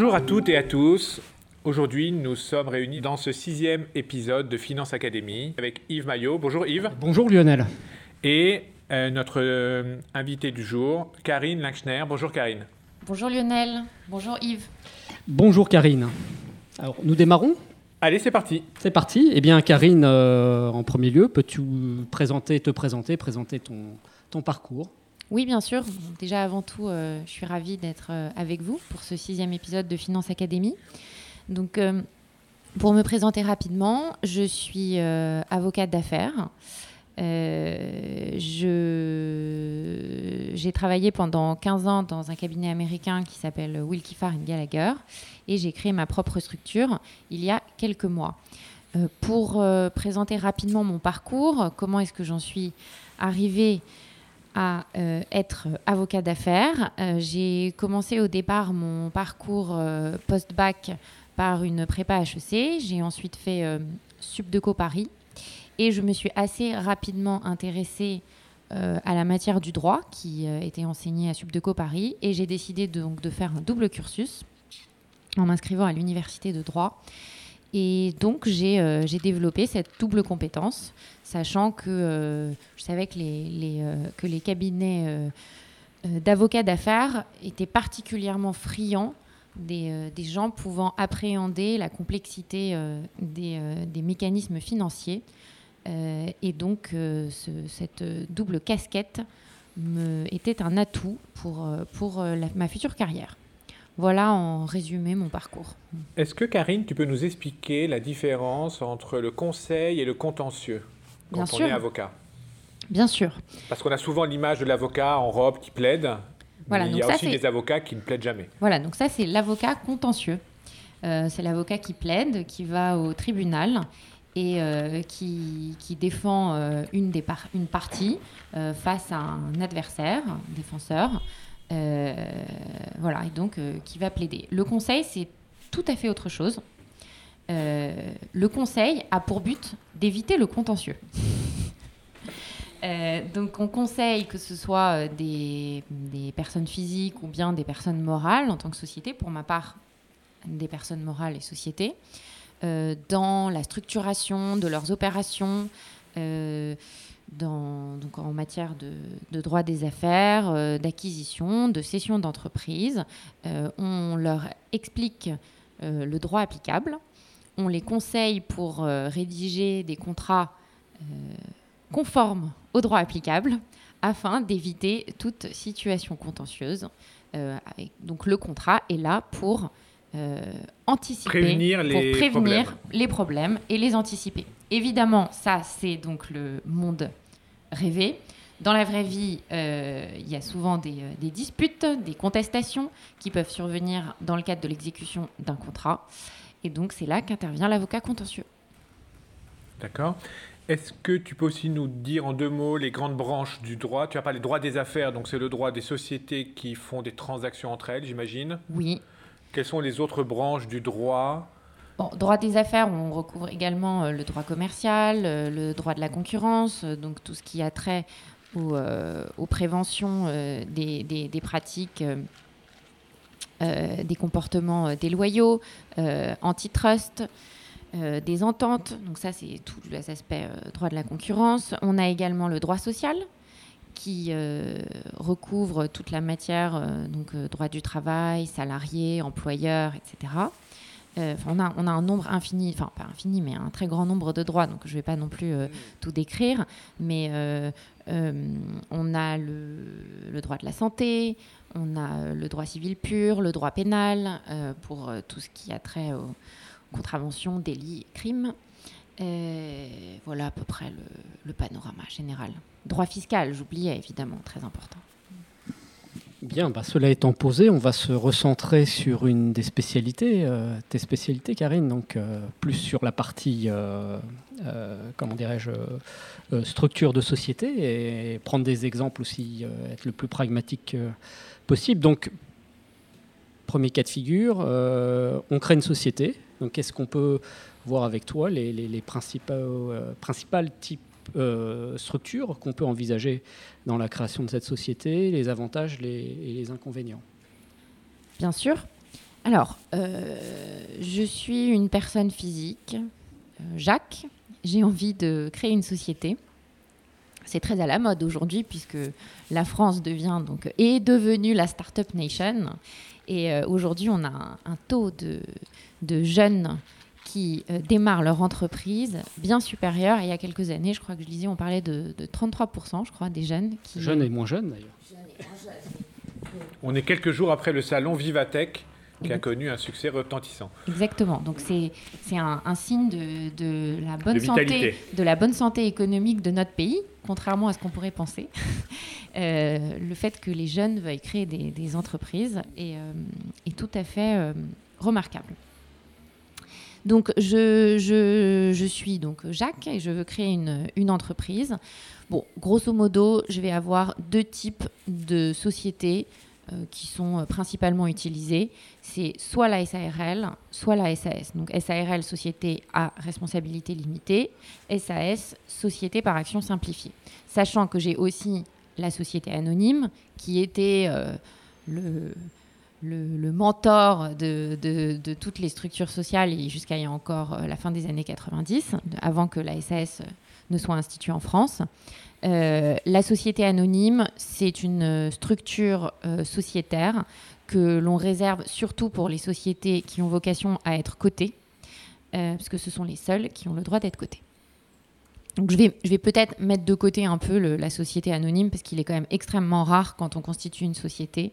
Bonjour à toutes et à tous. Aujourd'hui, nous sommes réunis dans ce 6e épisode de Finance Academy avec Yves Maillot. Bonjour Yves. Bonjour Lionel. Et notre invité du jour, Karine Linckschner. Bonjour Karine. Bonjour Lionel. Bonjour Yves. Bonjour Karine. Alors, nous démarrons ? Allez, c'est parti. C'est parti. Eh bien Karine, en premier lieu, peux-tu présenter ton parcours ? Oui, bien sûr. Déjà, avant tout, je suis ravie d'être avec vous pour ce 6e épisode de Finance Academy. Donc, pour me présenter rapidement, je suis avocate d'affaires. J'ai travaillé pendant 15 ans dans un cabinet américain qui s'appelle Willkie Farr & Gallagher et j'ai créé ma propre structure il y a quelques mois. Pour présenter rapidement mon parcours, comment est-ce que j'en suis arrivée à être avocat d'affaires. J'ai commencé au départ mon parcours post-bac par une prépa HEC. J'ai ensuite fait Subdeco Paris et je me suis assez rapidement intéressée à la matière du droit qui était enseignée à Subdeco Paris et j'ai décidé donc de faire un double cursus en m'inscrivant à l'université de droit. Et donc, j'ai développé cette double compétence, sachant que je savais que les cabinets d'avocats d'affaires étaient particulièrement friands des gens pouvant appréhender la complexité des mécanismes financiers. Et donc, cette double casquette était un atout pour ma future carrière. Voilà en résumé mon parcours. Est-ce que Karine, tu peux nous expliquer la différence entre le conseil et le contentieux quand on est avocat ? Bien sûr. Parce qu'on a souvent l'image de l'avocat en robe qui plaide, voilà, mais il y a aussi des avocats qui ne plaident jamais. Voilà, donc ça c'est l'avocat contentieux. C'est l'avocat qui plaide, qui va au tribunal et qui défend une partie face à un adversaire, un défenseur. Voilà, et donc qui va plaider. Le conseil, c'est tout à fait autre chose. Le conseil a pour but d'éviter le contentieux. Donc on conseille que ce soit des personnes physiques ou bien des personnes morales en tant que société, pour ma part des personnes morales et sociétés, dans la structuration de leurs opérations, donc en matière de droit des affaires, d'acquisition, de cession d'entreprise. On leur explique le droit applicable. On les conseille pour rédiger des contrats conformes au droit applicable afin d'éviter toute situation contentieuse. Donc le contrat est là pour prévenir les problèmes et les anticiper. Évidemment, ça, c'est donc le monde rêvé. Dans la vraie vie, il y a souvent des disputes, des contestations qui peuvent survenir dans le cadre de l'exécution d'un contrat. Et donc, c'est là qu'intervient l'avocat contentieux. D'accord. Est-ce que tu peux aussi nous dire en 2 mots les grandes branches du droit ? Tu as parlé du droit des affaires, donc c'est le droit des sociétés qui font des transactions entre elles, j'imagine. Oui. Quelles sont les autres branches du droit ? Bon, droit des affaires, on recouvre également le droit commercial, le droit de la concurrence, donc tout ce qui a trait aux préventions des pratiques, des comportements déloyaux, antitrust, des ententes. Donc ça, c'est tous les aspects droit de la concurrence. On a également le droit social qui recouvre toute la matière, donc droit du travail, salarié, employeur, etc. On a un nombre infini, enfin pas infini, mais un très grand nombre de droits, donc je ne vais pas non plus tout décrire, mais on a le droit de la santé, on a le droit civil pur, le droit pénal, pour tout ce qui a trait aux contraventions, délits, crimes. Voilà à peu près le panorama général. Droit fiscal, j'oubliais évidemment, très important. Bien, cela étant posé, on va se recentrer sur une des spécialités, tes spécialités, Karine, donc plus sur la partie, structure de société et prendre des exemples aussi, être le plus pragmatique possible. Donc, premier cas de figure, on crée une société. Donc, est-ce qu'on peut voir avec toi les principales types structures qu'on peut envisager dans la création de cette société, les avantages et les inconvénients? Bien sûr. Alors, je suis une personne physique, Jacques. J'ai envie de créer une société. C'est très à la mode aujourd'hui puisque la France est devenue la Startup Nation. Et aujourd'hui, on a un taux de jeunes qui démarrent leur entreprise bien supérieur. Et il y a quelques années, je crois que je lisais, on parlait de 33%, je crois, des jeunes. Jeunes et moins jeunes, d'ailleurs. On est quelques jours après le salon Vivatech, qui a connu un succès retentissant. Exactement. Donc, c'est un signe de la bonne vitalité. De la bonne santé économique de notre pays, contrairement à ce qu'on pourrait penser. Le fait que les jeunes veuillent créer des entreprises est tout à fait remarquable. Donc, je suis donc Jacques et je veux créer une entreprise. Bon, grosso modo, je vais avoir 2 types de sociétés qui sont principalement utilisées. C'est soit la SARL, soit la SAS. Donc, SARL, société à responsabilité limitée. SAS, société par action simplifiée. Sachant que j'ai aussi la société anonyme, qui était le mentor de toutes les structures sociales et jusqu'à il y a encore la fin des années 90, avant que la SAS ne soit instituée en France. La société anonyme, c'est une structure sociétaire que l'on réserve surtout pour les sociétés qui ont vocation à être cotées, puisque ce sont les seules qui ont le droit d'être cotées. Donc je vais peut-être mettre de côté un peu la société anonyme, parce qu'il est quand même extrêmement rare quand on constitue une société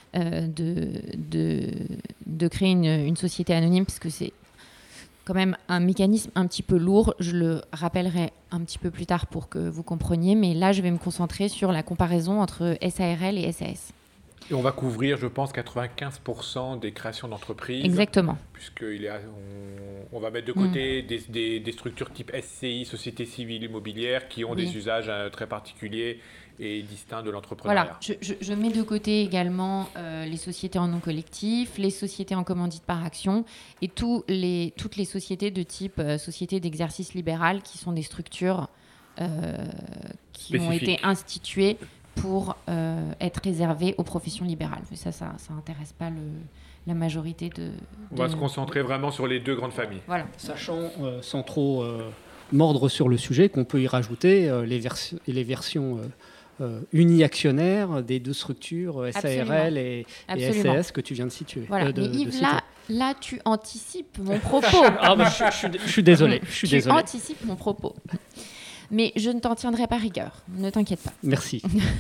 de créer une société anonyme, parce que c'est quand même un mécanisme un petit peu lourd. Je le rappellerai un petit peu plus tard pour que vous compreniez, mais là je vais me concentrer sur la comparaison entre SARL et SAS. Et on va couvrir, je pense, 95% des créations d'entreprises. Exactement. On va mettre de côté des structures type SCI, Société Civile Immobilière, qui ont des usages très particuliers et distincts de l'entrepreneuriat. Voilà, je mets de côté également les sociétés en non collectif, les sociétés en commandite par action et toutes les sociétés de type société d'exercice libéral, qui sont des structures qui ont été instituées pour être réservé aux professions libérales. Mais ça n'intéresse pas la majorité de... On va se concentrer vraiment sur les 2 grandes familles. Voilà. Sachant, sans trop mordre sur le sujet, qu'on peut y rajouter les versions uniactionnaires des 2 structures, SARL et SAS, que tu viens de situer. Voilà. Mais Yves, là, tu anticipes mon propos. Je suis désolé. Tu anticipes mon propos. Mais je ne t'en tiendrai pas rigueur, ne t'inquiète pas. Merci.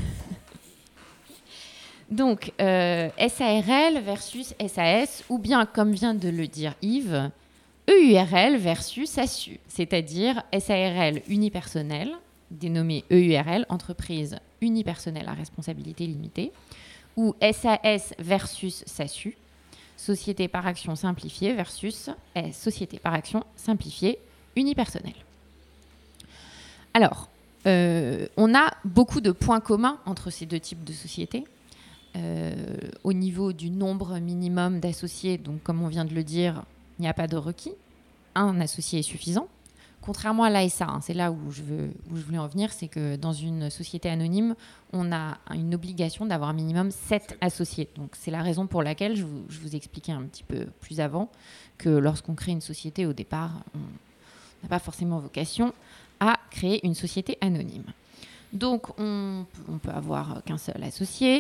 Donc, SARL versus SAS, ou bien, comme vient de le dire Yves, EURL versus SASU, c'est-à-dire SARL unipersonnel, dénommé EURL, entreprise unipersonnelle à responsabilité limitée, ou SAS versus SASU, société par action simplifiée versus société par action simplifiée unipersonnelle. Alors, on a beaucoup de points communs entre ces 2 types de sociétés. Au niveau du nombre minimum d'associés, donc comme on vient de le dire, il n'y a pas de requis. Un associé est suffisant. Contrairement à l'ASA, c'est là où je voulais en venir, c'est que dans une société anonyme, on a une obligation d'avoir un minimum 7 associés. Donc c'est la raison pour laquelle je vous expliquais un petit peu plus avant que lorsqu'on crée une société, au départ, on n'a pas forcément vocation à créer une société anonyme. Donc, on peut avoir qu'un seul associé.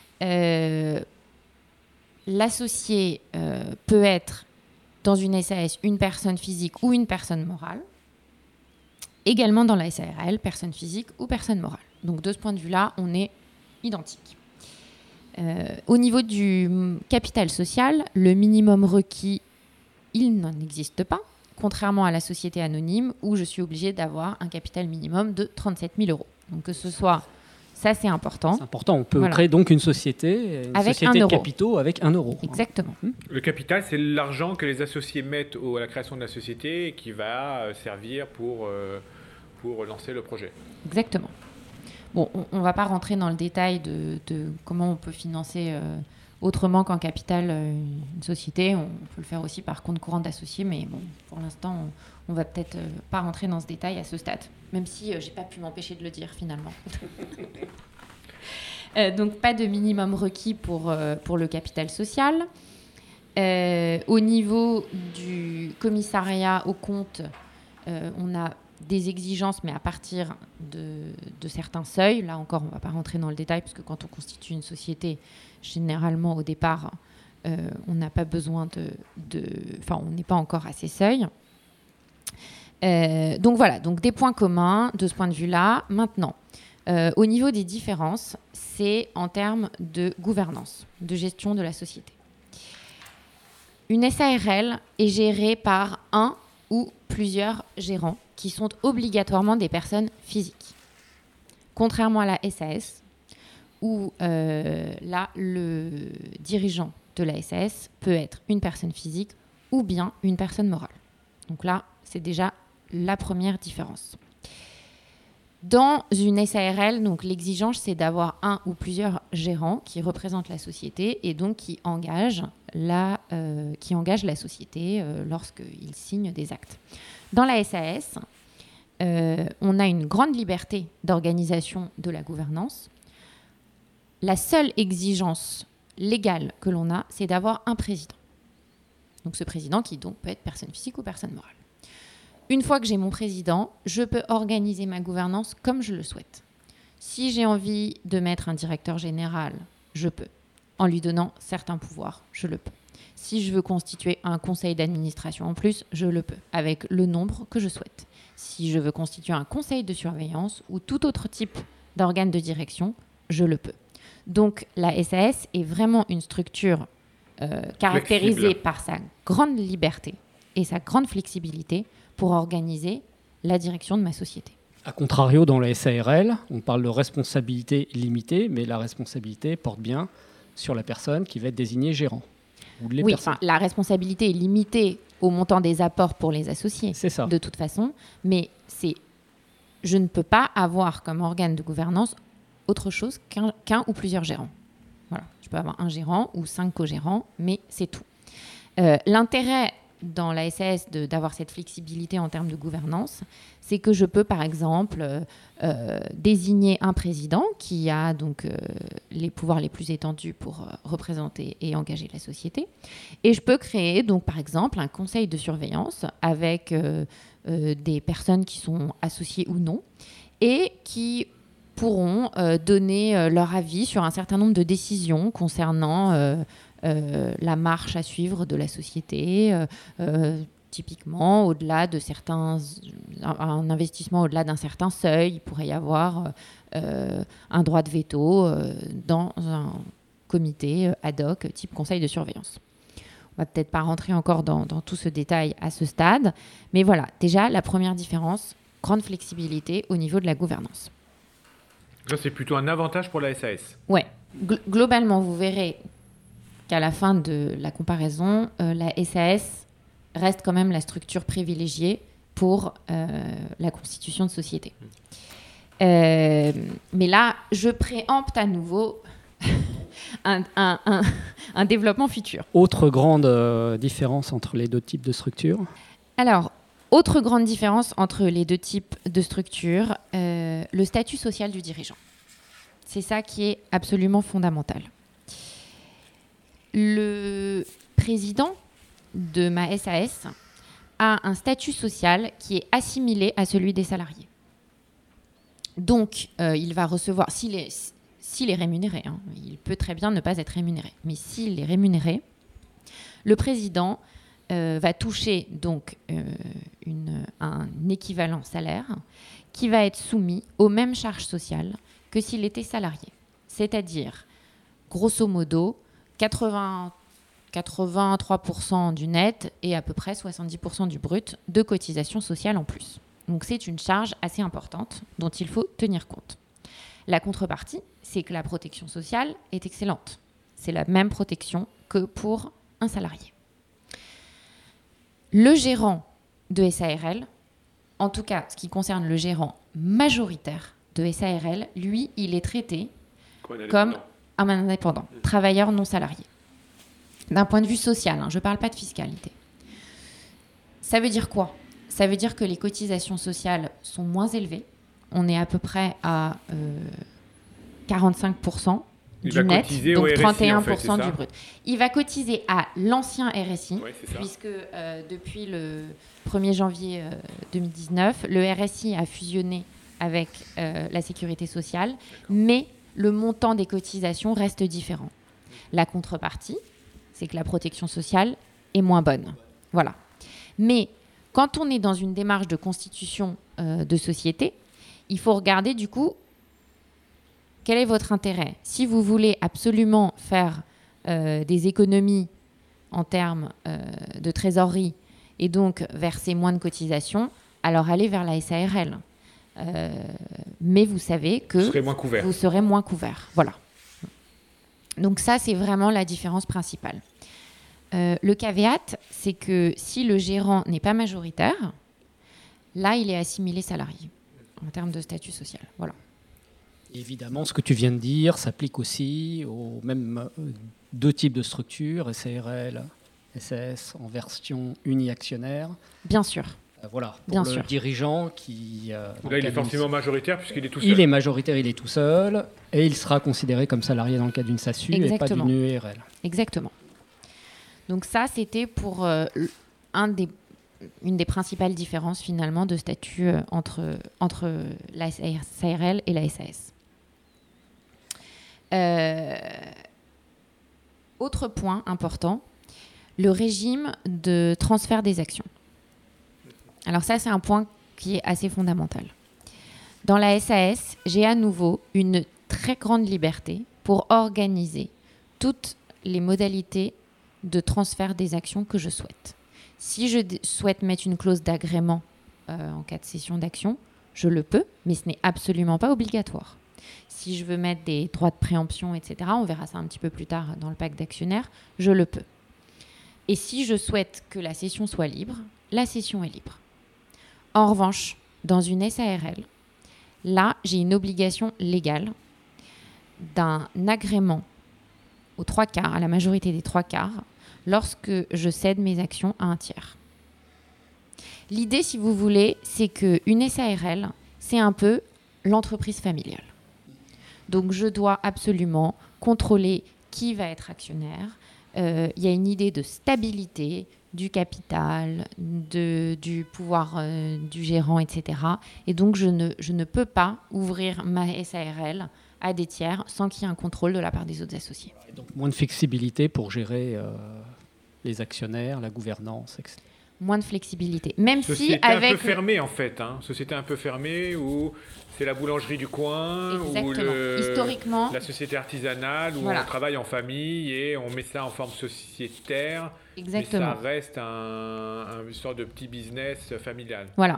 L'associé peut être dans une SAS une personne physique ou une personne morale. Également dans la SARL, personne physique ou personne morale. Donc, de ce point de vue-là, on est identique. Au niveau du capital social, le minimum requis, il n'en existe pas. Contrairement à la société anonyme où je suis obligée d'avoir un capital minimum de 37 000 €. Donc que ce soit, ça c'est important. C'est important, on peut créer donc une société de capitaux avec 1 €. Exactement. Le capital, c'est l'argent que les associés mettent à la création de la société et qui va servir pour lancer le projet. Exactement. Bon, on ne va pas rentrer dans le détail de comment on peut financer autrement qu'en capital une société. On peut le faire aussi par compte courant d'associés, mais bon, pour l'instant, on va peut-être pas rentrer dans ce détail à ce stade, même si j'ai pas pu m'empêcher de le dire finalement. Donc pas de minimum requis pour le capital social. Au niveau du commissariat aux comptes, on a des exigences, mais à partir de certains seuils. Là encore, on ne va pas rentrer dans le détail, parce que quand on constitue une société, généralement, au départ, on n'a pas besoin Enfin, on n'est pas encore à ces seuils. Donc voilà, donc des points communs de ce point de vue-là. Maintenant, au niveau des différences, c'est en termes de gouvernance, de gestion de la société. Une SARL est gérée par un ou plusieurs gérants qui sont obligatoirement des personnes physiques. Contrairement à la SAS, où là, le dirigeant de la SAS peut être une personne physique ou bien une personne morale. Donc là, c'est déjà la première différence. Dans une SARL, donc, l'exigence, c'est d'avoir un ou plusieurs gérants qui représentent la société et donc qui engagent la société lorsqu'ils signent des actes. Dans la SAS, on a une grande liberté d'organisation de la gouvernance. La seule exigence légale que l'on a, c'est d'avoir un président. Donc ce président qui donc peut être personne physique ou personne morale. Une fois que j'ai mon président, je peux organiser ma gouvernance comme je le souhaite. Si j'ai envie de mettre un directeur général, je peux. En lui donnant certains pouvoirs, je le peux. Si je veux constituer un conseil d'administration en plus, je le peux, avec le nombre que je souhaite. Si je veux constituer un conseil de surveillance ou tout autre type d'organe de direction, je le peux. Donc la SAS est vraiment une structure caractérisée par sa grande liberté et sa grande flexibilité pour organiser la direction de ma société. A contrario, dans la SARL, on parle de responsabilité limitée, mais la responsabilité porte bien sur la personne qui va être désignée gérant. Oui, la responsabilité est limitée au montant des apports pour les associés, c'est ça. De toute façon, mais je ne peux pas avoir comme organe de gouvernance autre chose qu'un ou plusieurs gérants. Voilà. Je peux avoir un gérant ou 5 co-gérants, mais c'est tout. L'intérêt dans la SAS d'avoir cette flexibilité en termes de gouvernance, c'est que je peux, par exemple, désigner un président qui a donc les pouvoirs les plus étendus pour représenter et engager la société. Et je peux créer, donc, par exemple, un conseil de surveillance avec des personnes qui sont associées ou non et qui pourront donner leur avis sur un certain nombre de décisions concernant la marche à suivre de la société, typiquement au-delà de un investissement au-delà d'un certain seuil, il pourrait y avoir un droit de veto dans un comité ad hoc type conseil de surveillance. On va peut-être pas rentrer encore dans tout ce détail à ce stade, mais voilà, déjà la première différence, grande flexibilité au niveau de la gouvernance. Ça, c'est plutôt un avantage pour la SAS. Ouais, globalement, vous verrez qu'à la fin de la comparaison, la SAS reste quand même la structure privilégiée pour la constitution de société. Mais là, je préempte à nouveau un développement futur. Autre grande différence entre les deux types de structures ? Alors, autre grande différence entre les deux types de structures, le statut social du dirigeant. C'est ça qui est absolument fondamental. Le président de ma SAS a un statut social qui est assimilé à celui des salariés. Donc, il va recevoir, s'il est rémunéré, hein, il peut très bien ne pas être rémunéré, mais s'il est rémunéré, le président va toucher donc un équivalent salaire qui va être soumis aux mêmes charges sociales que s'il était salarié. C'est-à-dire, grosso modo, 83% du net et à peu près 70% du brut de cotisation sociale en plus. Donc c'est une charge assez importante dont il faut tenir compte. La contrepartie, c'est que la protection sociale est excellente. C'est la même protection que pour un salarié. Le gérant de SARL, en tout cas ce qui concerne le gérant majoritaire de SARL, lui, il est traité comme un indépendant, travailleur non salarié. D'un point de vue social, hein, je ne parle pas de fiscalité. Ça veut dire quoi ? Ça veut dire que les cotisations sociales sont moins élevées. On est à peu près à 45%. du net, cotiser donc au RSI, 31% en fait, c'est ça du brut. Il va cotiser à l'ancien RSI, Ouais, c'est ça. puisque depuis le 1er janvier 2019, le RSI a fusionné avec la sécurité sociale, mais le montant des cotisations reste différent. La contrepartie, c'est que la protection sociale est moins bonne. Voilà. Mais quand on est dans une démarche de constitution de société, il faut regarder du coup quel est votre intérêt. Si vous voulez absolument faire des économies en termes de trésorerie et donc verser moins de cotisations, alors allez vers la SARL. Mais vous savez que vous serez moins couvert. Voilà. Donc ça, c'est vraiment la différence principale. Le caveat, c'est que si le gérant n'est pas majoritaire, là, il est assimilé salarié en termes de statut social. Voilà. Évidemment, ce que tu viens de dire s'applique aussi aux mêmes deux types de structures, SARL, SAS, en version uniactionnaire. Bien sûr. Voilà, pour le dirigeant qui... là, il est forcément majoritaire puisqu'il est tout seul. Il est majoritaire, il est tout seul, et il sera considéré comme salarié dans le cas d'une SASU et pas d'une URL. Exactement. Donc ça, c'était pour une des principales différences finalement de statut entre la SARL et la SAS. Autre point important, le régime de transfert des actions. Alors ça, c'est un point qui est assez fondamental. Dans la SAS, j'ai à nouveau une très grande liberté pour organiser toutes les modalités de transfert des actions que je souhaite. Si je souhaite mettre une clause d'agrément en cas de cession d'actions, je le peux, mais ce n'est absolument pas obligatoire. Si je veux mettre des droits de préemption, etc., on verra ça un petit peu plus tard dans le pacte d'actionnaires, je le peux. Et si je souhaite que la cession soit libre, la cession est libre. En revanche, dans une SARL, là, j'ai une obligation légale d'un agrément aux 3/4, à la majorité des 3/4, lorsque je cède mes actions à un tiers. L'idée, si vous voulez, c'est qu'une SARL, c'est un peu l'entreprise familiale. Donc, je dois absolument contrôler qui va être actionnaire. Il y a une idée de stabilité du capital, du pouvoir du gérant, etc. Et donc, je ne peux pas ouvrir ma SARL à des tiers sans qu'il y ait un contrôle de la part des autres associés. Et donc, moins de flexibilité pour gérer les actionnaires, la gouvernance, etc. Moins de flexibilité. Même société si avec... un peu fermée, en fait. Société un peu fermée où c'est la boulangerie du coin, ou historiquement, la société artisanale, où on travaille en famille et on met ça en forme sociétaire. Exactement. Mais ça reste une sorte de petit business familial. Voilà.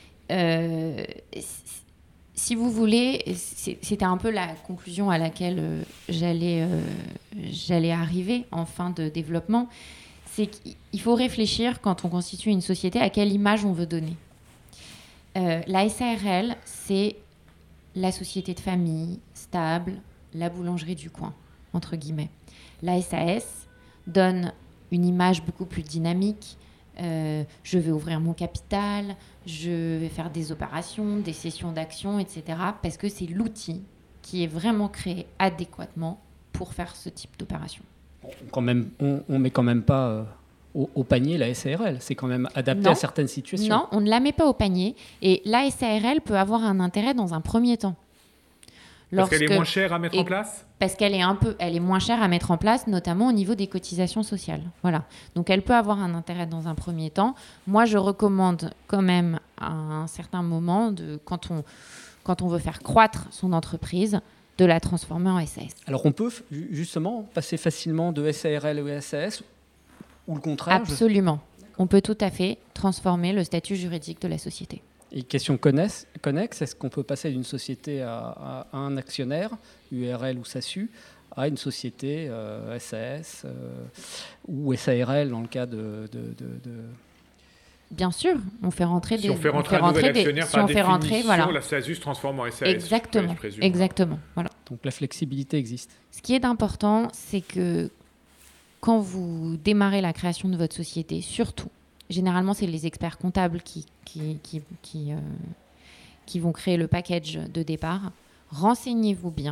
Si vous voulez, c'était un peu la conclusion à laquelle j'allais arriver en fin de développement. C'est qu'il faut réfléchir, quand on constitue une société, à quelle image on veut donner. La SARL, c'est la société de famille, stable, la boulangerie du coin, entre guillemets. La SAS donne une image beaucoup plus dynamique. Je vais ouvrir mon capital, je vais faire des opérations, des cessions d'actions, etc. Parce que c'est l'outil qui est vraiment créé adéquatement pour faire ce type d'opération. On met quand même pas au panier la SARL. C'est quand même adapté à certaines situations. Non, on ne la met pas au panier. Et la SARL peut avoir un intérêt dans un premier temps. Parce qu'elle est moins chère à mettre en place ? Parce qu'elle est moins chère à mettre en place, notamment au niveau des cotisations sociales. Voilà. Donc elle peut avoir un intérêt dans un premier temps. Moi, je recommande quand même à un certain moment, quand on veut faire croître son entreprise, de la transformer en SAS. Alors on peut justement passer facilement de SARL ou SAS ou le contraire? Absolument. On peut tout à fait transformer le statut juridique de la société. Et question connexe, est-ce qu'on peut passer d'une société à un actionnaire, URL ou SASU, à une société SAS ou SARL dans le cas de... Bien sûr, on fait rentrer si on fait rentrer un nouvel actionnaire, par définition, voilà. La SASU se transforme en SAS. Exactement, je présume. exactement. Voilà. Donc la flexibilité existe. Ce qui est important, c'est que quand vous démarrez la création de votre société, surtout, généralement, c'est les experts comptables qui vont créer le package de départ. Renseignez-vous bien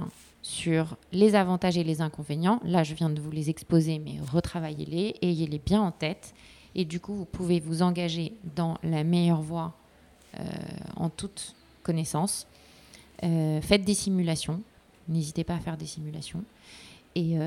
sur les avantages et les inconvénients. Là, je viens de vous les exposer, mais retravaillez-les, ayez-les bien en tête. Et du coup, vous pouvez vous engager dans la meilleure voie en toute connaissance. Faites des simulations. N'hésitez pas à faire des simulations. Et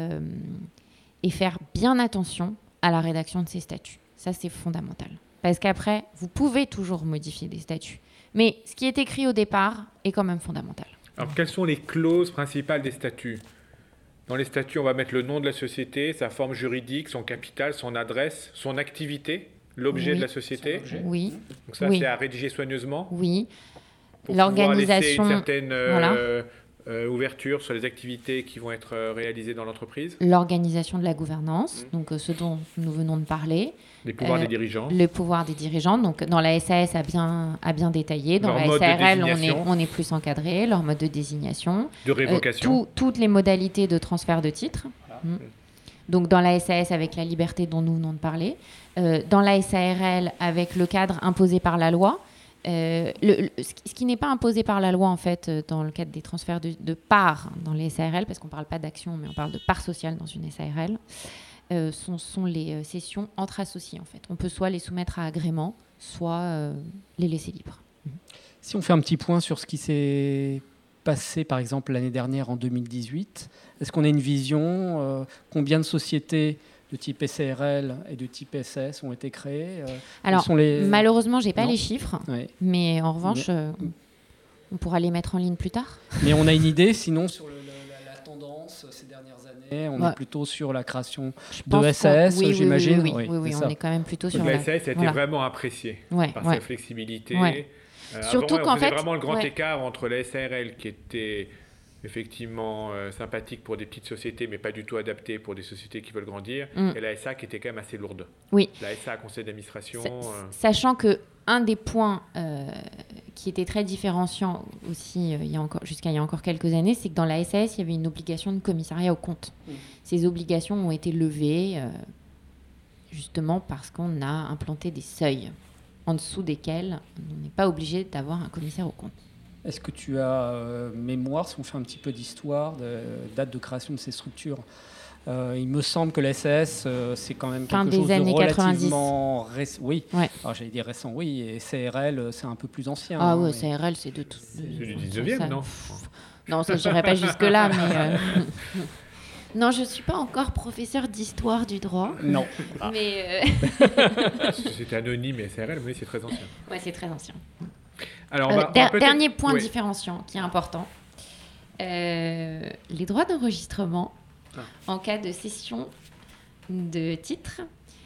faire bien attention à la rédaction de ces statuts. Ça, c'est fondamental. Parce qu'après, vous pouvez toujours modifier des statuts. Mais ce qui est écrit au départ est quand même fondamental. Alors, quelles sont les clauses principales des statuts ? Dans les statuts, on va mettre le nom de la société, sa forme juridique, son capital, son adresse, son activité, l'objet de la société. Oui. Donc ça, c'est à rédiger soigneusement. Oui. Pour L'organisation. pouvoir laisser une certaine ouverture sur les activités qui vont être réalisées dans l'entreprise. L'organisation de la gouvernance, donc ce dont nous venons de parler. Les pouvoirs des dirigeants. Le pouvoir des dirigeants. Donc dans la SAS a bien détaillé. Dans leur la SARL, on est plus encadré. Leur mode de désignation. De révocation. Toutes les modalités de transfert de titres. Voilà. Donc dans la SAS avec la liberté dont nous venons de parler. Dans la SARL avec le cadre imposé par la loi. Ce qui n'est pas imposé par la loi en fait dans le cadre des transferts de parts dans les SARL, parce qu'on ne parle pas d'action mais on parle de parts sociales dans une SARL, sont les cessions entre associés en fait. On peut soit les soumettre à agrément, soit les laisser libres. Si on fait un petit point sur ce qui s'est passé par exemple l'année dernière en 2018, est-ce qu'on a une vision combien de sociétés de type SARL et de type SAS ont été créés? Alors, malheureusement, je n'ai pas les chiffres, mais en revanche, on pourra les mettre en ligne plus tard. Mais on a une idée, sinon, sur la tendance ces dernières années, on est plutôt sur la création de SAS, j'imagine. Oui, on est quand même plutôt sur la SAS a été vraiment appréciée par sa flexibilité. Surtout avant, qu'en on faisait fait, vraiment le grand écart entre la SARL qui était effectivement sympathique pour des petites sociétés, mais pas du tout adaptée pour des sociétés qui veulent grandir, et la SA qui était quand même assez lourde. Oui. La SA, conseil d'administration... Sachant qu'un des points qui était très différenciant aussi jusqu'à il y a encore quelques années, c'est que dans la SAS, il y avait une obligation de commissariat aux comptes. Ces obligations ont été levées justement parce qu'on a implanté des seuils en dessous desquels on n'est pas obligé d'avoir un commissaire aux comptes. Est-ce que tu as mémoire, si on fait un petit peu d'histoire, de date de création de ces structures? Il me semble que la SAS, c'est quand même quelque chose de relativement récent. Oui, alors, j'allais dire récent, oui, et CRL, c'est un peu plus ancien. Ah oui, CRL, c'est de tout. C'est du 19e, non? Non, ça, je n'irai pas jusque-là, mais... Non, je ne suis pas encore professeur d'histoire du droit. Non. Mais C'était anonyme, et SARL, mais c'est très ancien. Oui, c'est très ancien. Alors, dernier point différenciant qui est important, les droits d'enregistrement en cas de cession de titres.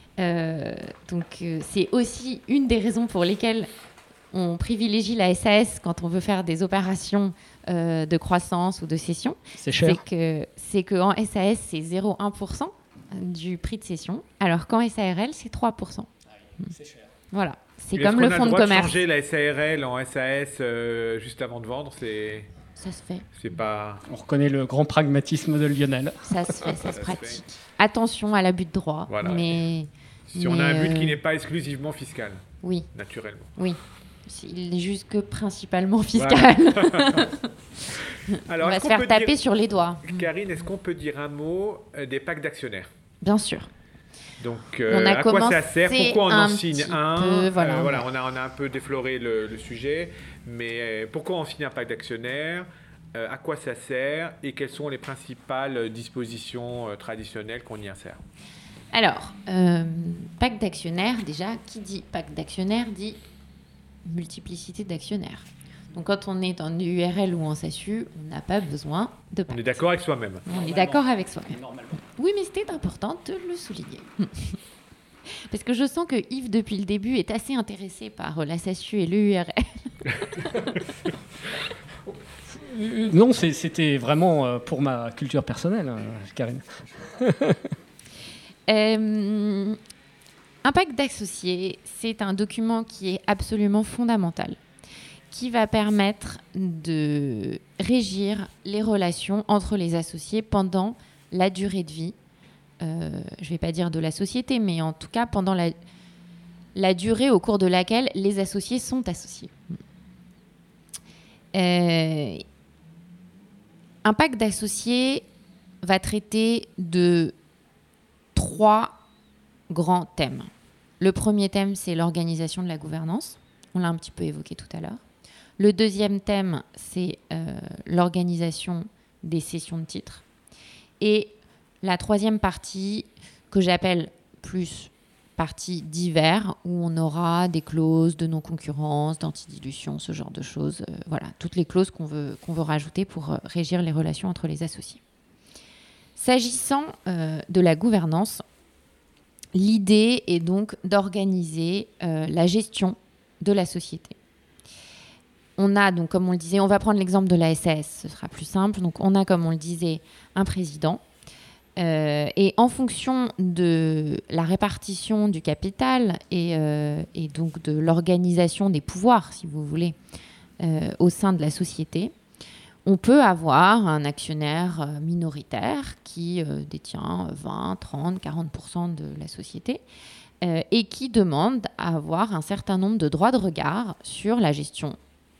C'est aussi une des raisons pour lesquelles on privilégie la SAS quand on veut faire des opérations de croissance ou de cession. C'est cher. C'est qu'en SAS, c'est 0,1% du prix de cession, alors qu'en SARL, c'est 3%. C'est cher. Voilà. C'est comme le fonds de commerce. Est-ce qu'on a le droit de changer la SARL en SAS juste avant de vendre? Ça se fait. C'est pas... On reconnaît le grand pragmatisme de Lionel. Ça se fait, ça se pratique. Attention à l'abus de droit. Voilà. Si on a un but qui n'est pas exclusivement fiscal. Oui. Naturellement. Oui. Il n'est juste que principalement fiscal. Voilà. Alors, on va se faire taper sur les doigts. Karine, est-ce qu'on peut dire un mot des packs d'actionnaires? Bien sûr. Donc, à quoi ça sert? Pourquoi on en signe un? Voilà, on a un peu défloré le sujet, mais pourquoi on signe un pacte d'actionnaires? À quoi ça sert? Et quelles sont les principales dispositions traditionnelles qu'on y insère? Alors, pacte d'actionnaires, déjà, qui dit pacte d'actionnaires dit multiplicité d'actionnaires. Donc, quand on est en URL ou en SASU, on n'a pas besoin de pacte. On est d'accord avec soi-même. On est d'accord avec soi-même. Oui, mais c'était important de le souligner. Parce que je sens que Yves, depuis le début, est assez intéressé par la SASU et l'URL. Non, c'était vraiment pour ma culture personnelle, Karine. Un pacte d'associés, c'est un document qui est absolument fondamental, qui va permettre de régir les relations entre les associés pendant la durée de vie. Je ne vais pas dire de la société, mais en tout cas pendant la durée au cours de laquelle les associés sont associés. Un pacte d'associés va traiter de 3 grands thèmes. Le premier thème, c'est l'organisation de la gouvernance. On l'a un petit peu évoqué tout à l'heure. Le deuxième thème, c'est l'organisation des cessions de titres. Et la troisième partie, que j'appelle plus partie divers, où on aura des clauses de non-concurrence, d'antidilution, ce genre de choses. Voilà, toutes les clauses qu'on veut rajouter pour régir les relations entre les associés. S'agissant de la gouvernance, l'idée est donc d'organiser la gestion de la société. On a donc, comme on le disait, on va prendre l'exemple de la SAS, ce sera plus simple. Donc on a, comme on le disait, un président. Et en fonction de la répartition du capital et donc de l'organisation des pouvoirs, si vous voulez, au sein de la société, on peut avoir un actionnaire minoritaire qui détient 20, 30, 40% de la société et qui demande à avoir un certain nombre de droits de regard sur la gestion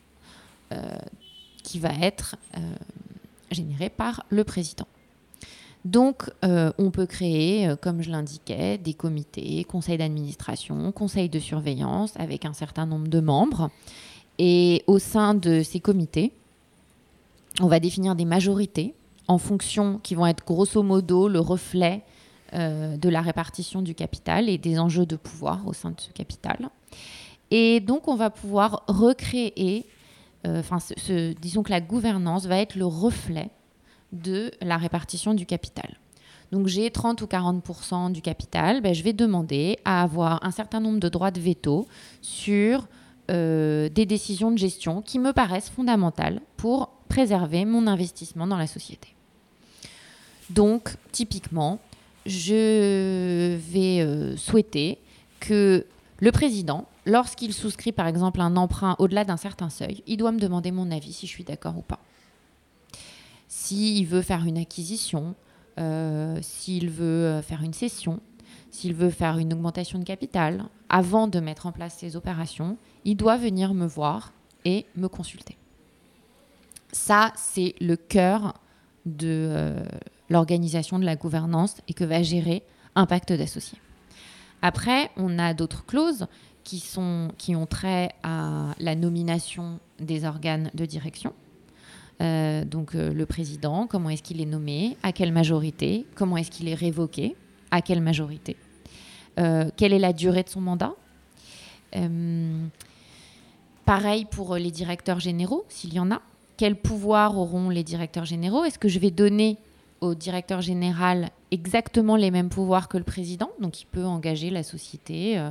qui va être générée par le président. Donc, on peut créer, comme je l'indiquais, des comités, conseils d'administration, conseils de surveillance avec un certain nombre de membres. Et au sein de ces comités, on va définir des majorités en fonction qui vont être grosso modo le reflet de la répartition du capital et des enjeux de pouvoir au sein de ce capital. Et donc, on va pouvoir recréer, disons que la gouvernance va être le reflet de la répartition du capital. Donc j'ai 30 ou 40% du capital, je vais demander à avoir un certain nombre de droits de veto sur des décisions de gestion qui me paraissent fondamentales pour préserver mon investissement dans la société. Donc typiquement, je vais souhaiter que le président, lorsqu'il souscrit par exemple un emprunt au-delà d'un certain seuil, il doit me demander mon avis si je suis d'accord ou pas. S'il veut faire une acquisition, s'il veut faire une cession, s'il veut faire une augmentation de capital, avant de mettre en place ces opérations, il doit venir me voir et me consulter. Ça, c'est le cœur de l'organisation de la gouvernance et que va gérer un pacte d'associés. Après, on a d'autres clauses qui ont trait à la nomination des organes de direction. Donc le président, comment est-ce qu'il est nommé, à quelle majorité, comment est-ce qu'il est révoqué, à quelle majorité, quelle est la durée de son mandat. Pareil pour les directeurs généraux, s'il y en a. Quels pouvoirs auront les directeurs généraux ? Est-ce que je vais donner au directeur général exactement les mêmes pouvoirs que le président ? Donc il peut engager la société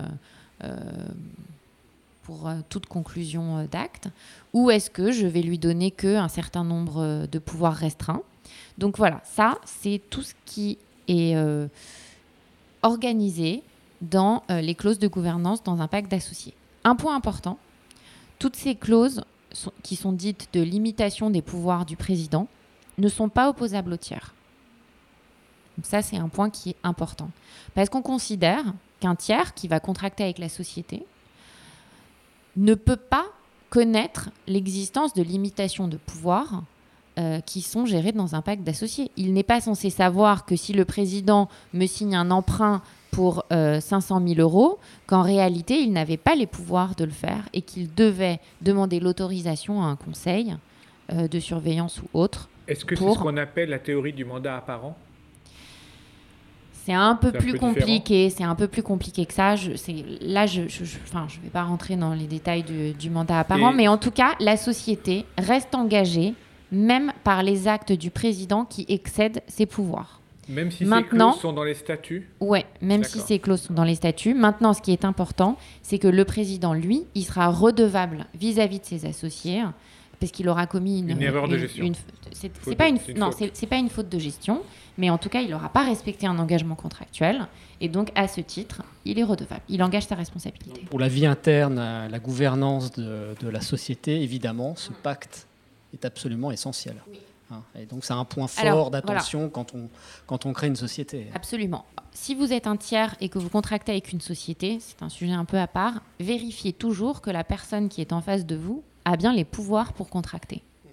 pour toute conclusion d'acte, ou est-ce que je vais lui donner qu'un certain nombre de pouvoirs restreints ? Donc voilà, ça, c'est tout ce qui est organisé dans les clauses de gouvernance dans un pacte d'associés. Un point important, toutes ces clauses qui sont dites de limitation des pouvoirs du président ne sont pas opposables aux tiers. Donc ça, c'est un point qui est important. Parce qu'on considère qu'un tiers qui va contracter avec la société ne peut pas connaître l'existence de limitations de pouvoir qui sont gérées dans un pacte d'associés. Il n'est pas censé savoir que si le président me signe un emprunt pour 500 000 euros, qu'en réalité, il n'avait pas les pouvoirs de le faire et qu'il devait demander l'autorisation à un conseil de surveillance ou autre. Est-ce que c'est ce qu'on appelle la théorie du mandat apparent ? C'est un peu plus compliqué. C'est un peu plus compliqué que ça. Je vais pas rentrer dans les détails du mandat apparent, mais en tout cas, la société reste engagée, même par les actes du président qui excèdent ses pouvoirs. Même si ces clauses sont dans les statuts ? Oui, même si ces clauses sont dans les statuts. Maintenant, ce qui est important, c'est que le président, lui, il sera redevable vis-à-vis de ses associés, parce qu'il aura commis une erreur de gestion. C'est pas une faute de gestion, mais en tout cas, il n'aura pas respecté un engagement contractuel, et donc à ce titre, il est redevable. Il engage sa responsabilité. Pour la vie interne, la gouvernance de la société, évidemment, ce pacte est absolument essentiel. Oui. Et donc, c'est un point fort d'attention quand on crée une société. Absolument. Si vous êtes un tiers et que vous contractez avec une société, c'est un sujet un peu à part, vérifiez toujours que la personne qui est en face de vous a bien les pouvoirs pour contracter.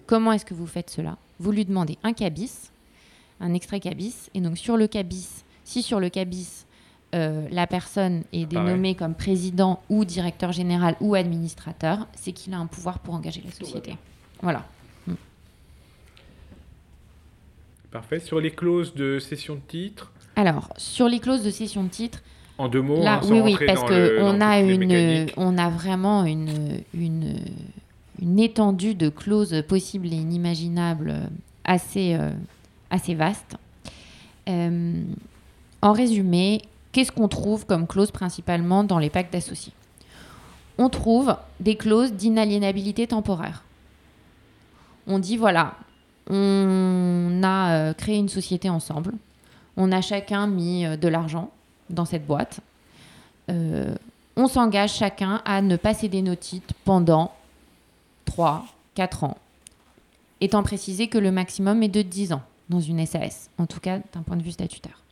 Comment est-ce que vous faites cela ? Vous lui demandez un cabis, un extrait cabis, et donc sur le cabis, si sur le cabis, la personne est dénommée comme président ou directeur général ou administrateur, c'est qu'il a un pouvoir pour engager la société. Voilà. Parfait. Sur les clauses de cession de titres ? Alors, sur les clauses de cession de titres, en 2 mots, là, sans oui, rentrer parce dans on a vraiment une étendue de clauses possibles et inimaginables assez vaste. En résumé, qu'est-ce qu'on trouve comme clause principalement dans les pactes d'associés ? On trouve des clauses d'inaliénabilité temporaire. On dit, voilà, on a créé une société ensemble, on a chacun mis de l'argent dans cette boîte, on s'engage chacun à ne pas céder nos titres pendant 3, 4 ans, étant précisé que le maximum est de 10 ans dans une SAS, en tout cas d'un point de vue statutaire.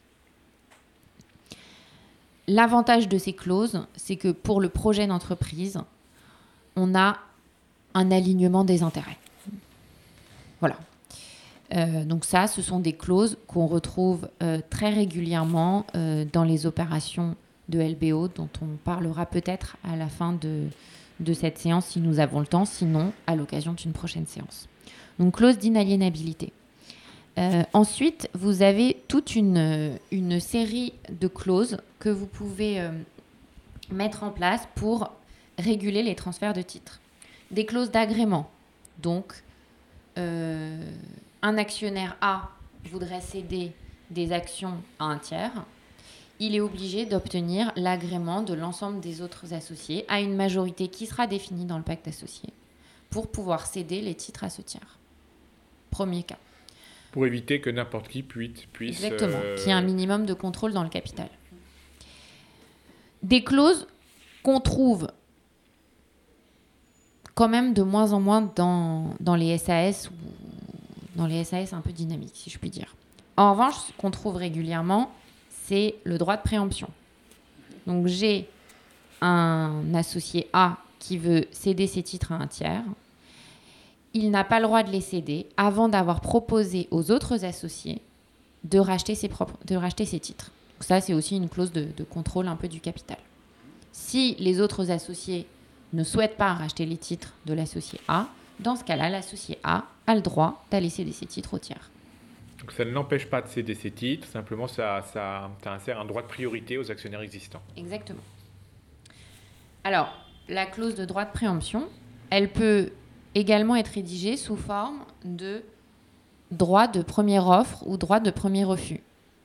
L'avantage de ces clauses, c'est que pour le projet d'entreprise, on a un alignement des intérêts. Voilà. Donc ça, ce sont des clauses qu'on retrouve très régulièrement dans les opérations de LBO, dont on parlera peut-être à la fin de cette séance si nous avons le temps, sinon à l'occasion d'une prochaine séance. Donc clause d'inaliénabilité. Ensuite, vous avez toute une série de clauses que vous pouvez mettre en place pour réguler les transferts de titres. Des clauses d'agrément. Donc, un actionnaire A voudrait céder des actions à un tiers. Il est obligé d'obtenir l'agrément de l'ensemble des autres associés à une majorité qui sera définie dans le pacte associé pour pouvoir céder les titres à ce tiers. Premier cas. Pour éviter que n'importe qui puisse... Exactement, qu'il y ait un minimum de contrôle dans le capital. Des clauses qu'on trouve quand même de moins en moins dans les SAS, ou dans les SAS un peu dynamiques, si je puis dire. En revanche, ce qu'on trouve régulièrement, c'est le droit de préemption. Donc j'ai un associé A qui veut céder ses titres à un tiers. Il n'a pas le droit de les céder avant d'avoir proposé aux autres associés de racheter ses titres. Donc ça, c'est aussi une clause de contrôle un peu du capital. Si les autres associés ne souhaitent pas racheter les titres de l'associé A, dans ce cas-là, l'associé A a le droit d'aller céder ses titres au tiers. Donc ça ne l'empêche pas de céder ses titres, simplement ça insère un droit de priorité aux actionnaires existants. Exactement. Alors, la clause de droit de préemption, elle peut également être rédigée sous forme de droit de première offre ou droit de premier refus.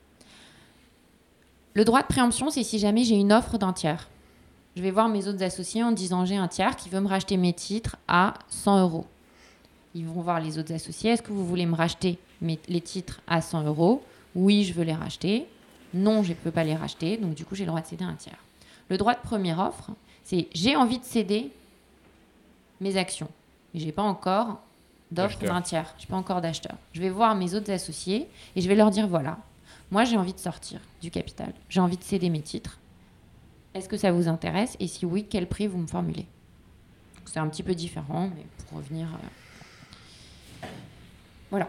Le droit de préemption, c'est si jamais j'ai une offre d'un tiers. Je vais voir mes autres associés en disant j'ai un tiers qui veut me racheter mes titres à 100 €. Ils vont voir les autres associés. Est-ce que vous voulez me racheter les titres à 100 €? Oui, je veux les racheter. Non, je ne peux pas les racheter. Donc, du coup, j'ai le droit de céder un tiers. Le droit de première offre, c'est j'ai envie de céder mes actions. Mais je n'ai pas encore d'offre d'un tiers. Je n'ai pas encore d'acheteur. Je vais voir mes autres associés et je vais leur dire voilà, moi, j'ai envie de sortir du capital. J'ai envie de céder mes titres. Est-ce que ça vous intéresse? Et si oui, quel prix vous me formulez? Donc, c'est un petit peu différent, mais pour revenir... Voilà.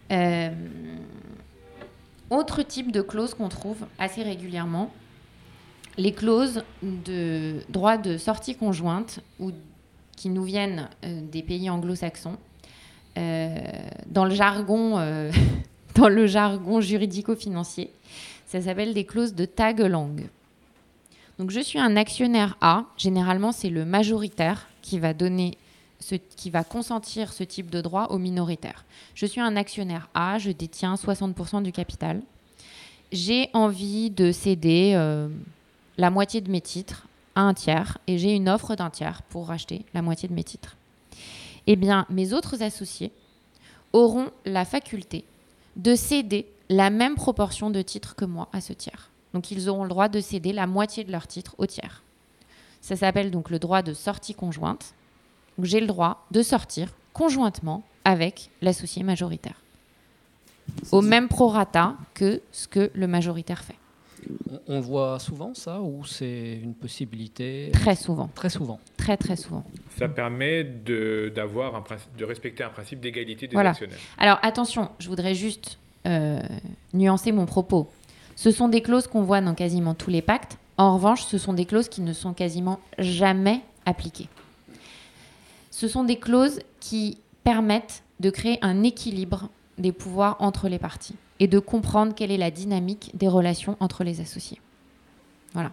Autre type de clause qu'on trouve assez régulièrement, les clauses de droit de sortie conjointe ou qui nous viennent des pays anglo-saxons. Dans le jargon juridico-financier, ça s'appelle des clauses de tag lang. Donc je suis un actionnaire A, généralement c'est le majoritaire qui va consentir ce type de droit au minoritaire. Je suis un actionnaire A, je détiens 60% du capital. J'ai envie de céder la moitié de mes titres à un tiers et j'ai une offre d'un tiers pour racheter la moitié de mes titres. Eh bien, mes autres associés auront la faculté de céder la même proportion de titres que moi à ce tiers. Donc, ils auront le droit de céder la moitié de leurs titres au tiers. Ça s'appelle donc le droit de sortie conjointe. Donc, j'ai le droit de sortir conjointement avec l'associé majoritaire, au même prorata que ce que le majoritaire fait. On voit souvent ça ou c'est une possibilité? Très souvent. Très souvent. très très souvent. Ça permet de respecter un principe d'égalité des Voilà. actionnaires. Alors attention, je voudrais juste nuancer mon propos. Ce sont des clauses qu'on voit dans quasiment tous les pactes. En revanche, ce sont des clauses qui ne sont quasiment jamais appliquées. Ce sont des clauses qui permettent de créer un équilibre des pouvoirs entre les parties et de comprendre quelle est la dynamique des relations entre les associés. Voilà.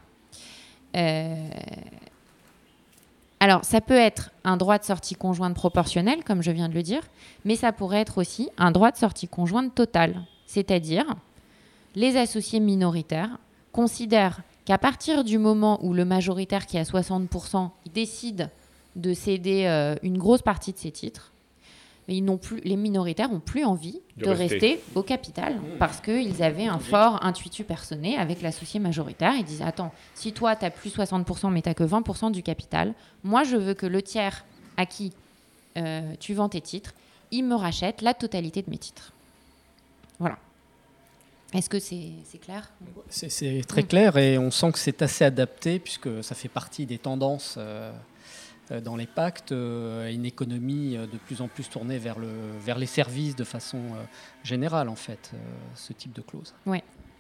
Alors, ça peut être un droit de sortie conjointe proportionnel, comme je viens de le dire, mais ça pourrait être aussi un droit de sortie conjointe total. C'est-à-dire, les associés minoritaires considèrent qu'à partir du moment où le majoritaire qui a 60%, il décide de céder une grosse partie de ses titres, mais les minoritaires n'ont plus envie de rester au capital parce qu'ils avaient un fort intuitu personné avec l'associé majoritaire. Ils disent, attends, si toi, tu n'as plus 60% mais tu n'as que 20% du capital, moi, je veux que le tiers à qui tu vends tes titres, il me rachète la totalité de mes titres. Voilà. Est-ce que c'est clair ? C'est très clair et on sent que c'est assez adapté puisque ça fait partie des tendances dans les pactes, une économie de plus en plus tournée vers les services de façon générale, en fait, ce type de clause. Oui.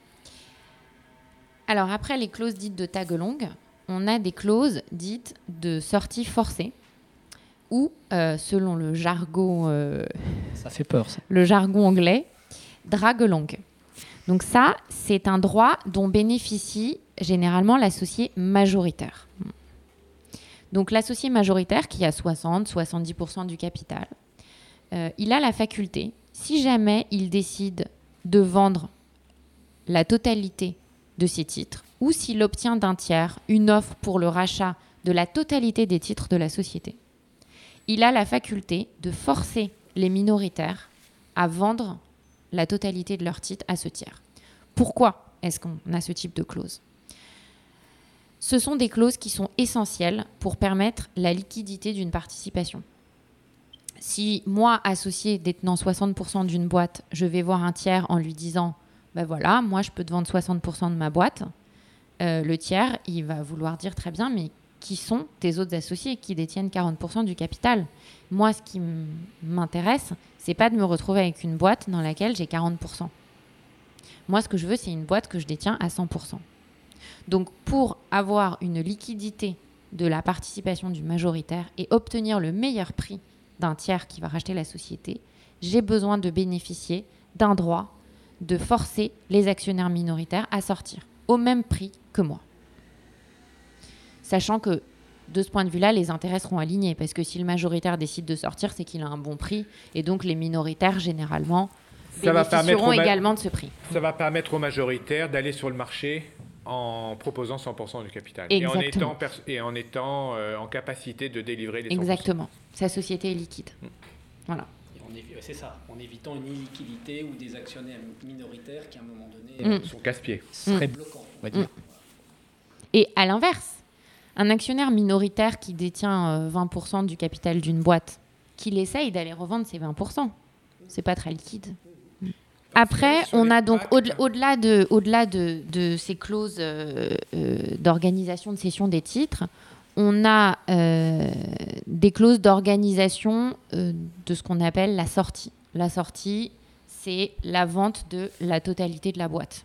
Alors, après les clauses dites de tag along, on a des clauses dites de sortie forcée ou, selon le jargon... ça fait peur, ça. Le jargon anglais, drag along. Donc ça, c'est un droit dont bénéficie généralement l'associé majoritaire. Donc l'associé majoritaire qui a 60-70% du capital, il a la faculté, si jamais il décide de vendre la totalité de ses titres ou s'il obtient d'un tiers une offre pour le rachat de la totalité des titres de la société, il a la faculté de forcer les minoritaires à vendre la totalité de leurs titres à ce tiers. Pourquoi est-ce qu'on a ce type de clause ? Ce sont des clauses qui sont essentielles pour permettre la liquidité d'une participation. Si moi, associé détenant 60% d'une boîte, je vais voir un tiers en lui disant « ben voilà, moi je peux te vendre 60% de ma boîte », le tiers, il va vouloir dire « très bien, mais qui sont tes autres associés qui détiennent 40% du capital ?» Moi, ce qui m'intéresse, c'est pas de me retrouver avec une boîte dans laquelle j'ai 40%. Moi, ce que je veux, c'est une boîte que je détiens à 100%. Donc, pour avoir une liquidité de la participation du majoritaire et obtenir le meilleur prix d'un tiers qui va racheter la société, j'ai besoin de bénéficier d'un droit de forcer les actionnaires minoritaires à sortir au même prix que moi. Sachant que, de ce point de vue-là, les intérêts seront alignés parce que si le majoritaire décide de sortir, c'est qu'il a un bon prix et donc les minoritaires, généralement, bénéficieront également de ce prix. Ça va permettre aux majoritaires d'aller sur le marché en proposant 100% du capital. Exactement. Et en étant en capacité de délivrer les 100%. Exactement. Sa société est liquide. Voilà. C'est ça, en évitant une illiquidité ou des actionnaires minoritaires qui, à un moment donné, sont casse-pieds. Seraient bloquants, on va dire. Et à l'inverse, un actionnaire minoritaire qui détient 20% du capital d'une boîte, qu'il essaye d'aller revendre ses 20%, c'est pas très liquide. Après, on a donc, au-delà de ces clauses d'organisation de cession des titres, on a des clauses d'organisation de ce qu'on appelle la sortie. La sortie, c'est la vente de la totalité de la boîte.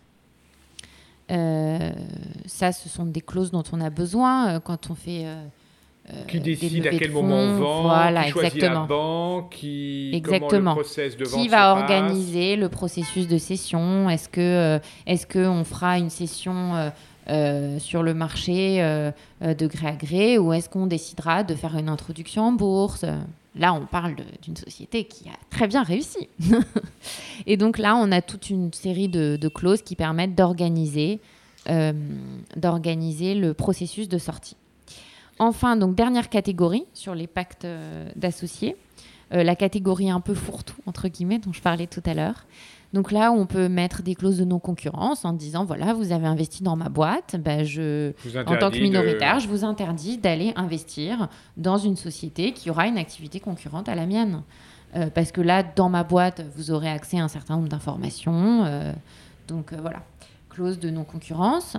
Ça, ce sont des clauses dont on a besoin quand on fait... qui décide à quel moment on vend, voilà, qui choisit exactement. la banque, Exactement. comment le process de vente qui va organiser le processus de cession. Est-ce qu'on fera une cession sur le marché de gré à gré ou est-ce qu'on décidera de faire une introduction en bourse ? Là, on parle d'une société qui a très bien réussi. Et donc là, on a toute une série de clauses qui permettent d'organiser le processus de sortie. Enfin, donc dernière catégorie sur les pactes d'associés, la catégorie un peu fourre-tout, entre guillemets, dont je parlais tout à l'heure. Donc là, on peut mettre des clauses de non-concurrence en disant, voilà, vous avez investi dans ma boîte, en tant que minoritaire, je vous interdis d'aller investir dans une société qui aura une activité concurrente à la mienne. Parce que là, dans ma boîte, vous aurez accès à un certain nombre d'informations. Donc voilà, clause de non-concurrence.